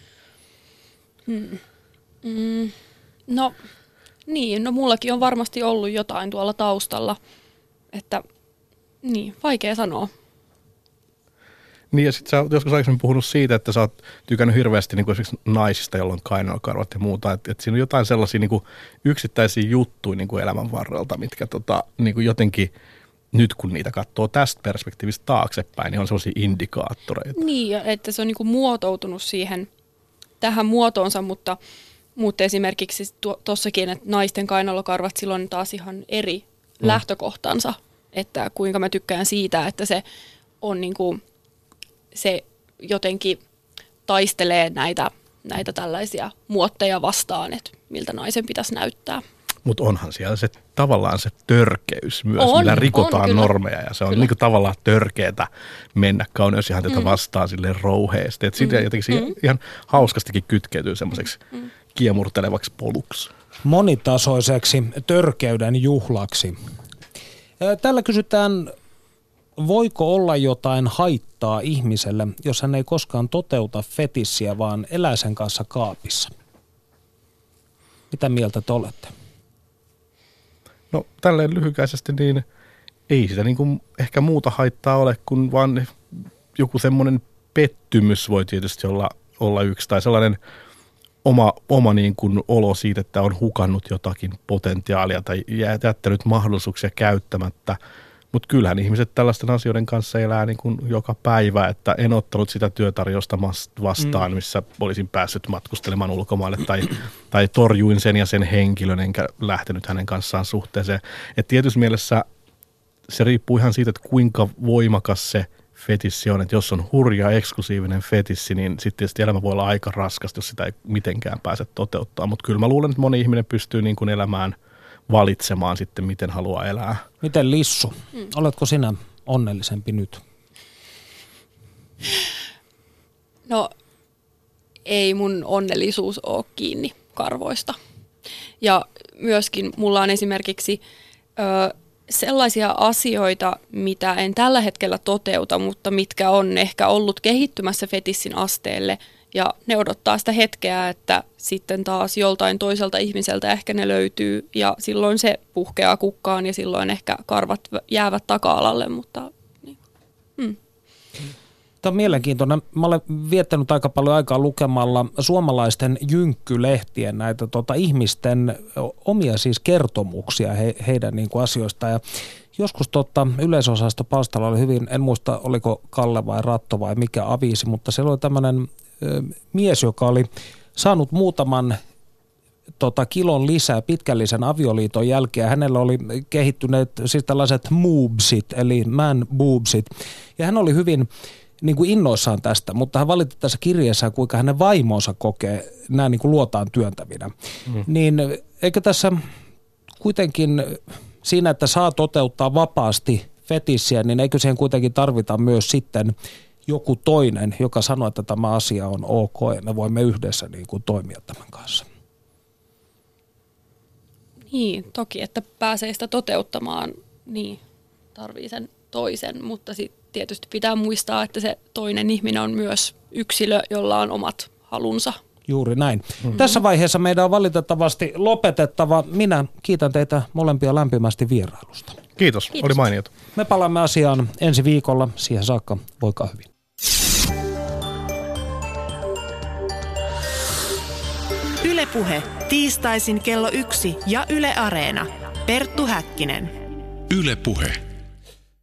Speaker 7: No mullakin on varmasti ollut jotain tuolla taustalla, että niin, vaikea sanoa.
Speaker 4: Niin ja sitten sä oot joskus aikaisemmin puhunut siitä, että sä oot tykännyt hirveästi niin kuin esimerkiksi naisista, joilla on kainalokarvat ja muuta. Että siinä on jotain sellaisia niin kuin yksittäisiä juttuja niin kuin elämän varrelta, mitkä niin kuin jotenkin nyt kun niitä katsoo tästä perspektiivistä taaksepäin, niin on sellaisia indikaattoreita.
Speaker 7: Niin, että se on niin kuin muotoutunut tähän muotoonsa, mutta Mutta esimerkiksi tuossakin, että naisten kainalokarvat silloin taas ihan eri lähtökohtansa, että kuinka mä tykkään siitä, että se on niinku, se jotenkin taistelee näitä tällaisia muotteja vastaan, että miltä naisen pitäisi näyttää.
Speaker 4: Mutta onhan siellä se tavallaan se törkeys myös, millä rikotaan normeja ja se on niinku tavallaan törkeätä mennä kauneusihanteelta vastaan silleen rouheesti. Että siitä jotenkin ihan hauskastikin kytkeytyy semmoiseksi kiemurtelevaksi poluksi.
Speaker 3: Monitasoiseksi törkeyden juhlaksi. Tällä kysytään, voiko olla jotain haittaa ihmiselle, jos hän ei koskaan toteuta fetissiä, vaan elää sen kanssa kaapissa? Mitä mieltä te olette?
Speaker 4: No tälleen lyhykäisesti niin ei sitä niin kuin ehkä muuta haittaa ole, kun vaan joku semmoinen pettymys voi tietysti olla yksi tai sellainen oma niin kuin olo siitä, että on hukannut jotakin potentiaalia tai jättänyt mahdollisuuksia käyttämättä. Mutta kyllähän ihmiset tällaisten asioiden kanssa elää niin kuin joka päivä, että en ottanut sitä työtarjousta vastaan, missä olisin päässyt matkustelemaan ulkomaille tai torjuin sen ja sen henkilön, enkä lähtenyt hänen kanssaan suhteeseen. Et tietysti mielessä se riippuu ihan siitä, että kuinka voimakas se fetissi on, että jos on hurja eksklusiivinen fetissi, niin sitten tietysti elämä voi olla aika raskasta, jos sitä ei mitenkään pääse toteuttaa. Mutta kyllä mä luulen, että moni ihminen pystyy niin kuin elämään valitsemaan sitten, miten haluaa elää.
Speaker 3: Miten Lissu? Oletko sinä onnellisempi nyt?
Speaker 7: No ei mun onnellisuus ole kiinni karvoista. Ja myöskin mulla on esimerkiksi sellaisia asioita, mitä en tällä hetkellä toteuta, mutta mitkä on ehkä ollut kehittymässä fetissin asteelle. Ja ne odottaa sitä hetkeä, että sitten taas joltain toiselta ihmiseltä ehkä ne löytyy ja silloin se puhkeaa kukkaan ja silloin ehkä karvat jäävät taka-alalle, mutta niin.
Speaker 3: Tämä on mielenkiintoinen. Mä olen viettänyt aika paljon aikaa lukemalla suomalaisten jynkkylehtien näitä ihmisten omia siis kertomuksia heidän niin kuin asioista ja joskus yleisosastopalstalla oli hyvin, en muista oliko Kalle vai Ratto vai mikä aviisi, mutta siellä oli tämmöinen mies, joka oli saanut muutaman kilon lisää pitkällisen avioliiton jälkeen. Hänellä oli kehittyneet siis tällaiset moobsit, eli man boobsit. Ja hän oli hyvin niin kuin innoissaan tästä, mutta hän valitti tässä kirjeessään, kuinka hänen vaimonsa kokee nämä niin kuin luotaan työntävinä. Niin eikö tässä kuitenkin siinä, että saa toteuttaa vapaasti fetissiä, niin eikö siihen kuitenkin tarvita myös sitten joku toinen, joka sanoo, että tämä asia on ok ja me voimme yhdessä niin kuin toimia tämän kanssa.
Speaker 7: Niin, toki, että pääsee sitä toteuttamaan, niin tarvii sen toisen, mutta sitten tietysti pitää muistaa, että se toinen ihminen on myös yksilö, jolla on omat halunsa. Juuri
Speaker 3: näin. Tässä vaiheessa meidän on valitettavasti lopetettava. Minä kiitän teitä molempia lämpimästi vierailusta.
Speaker 4: Kiitos. Oli mainiota.
Speaker 3: Me palaamme asiaan ensi viikolla. Siihen saakka voikaa hyvin.
Speaker 1: Yle Puhe. Tiistaisin kello 1 ja Yle Areena. Perttu Häkkinen.
Speaker 2: Yle Puhe.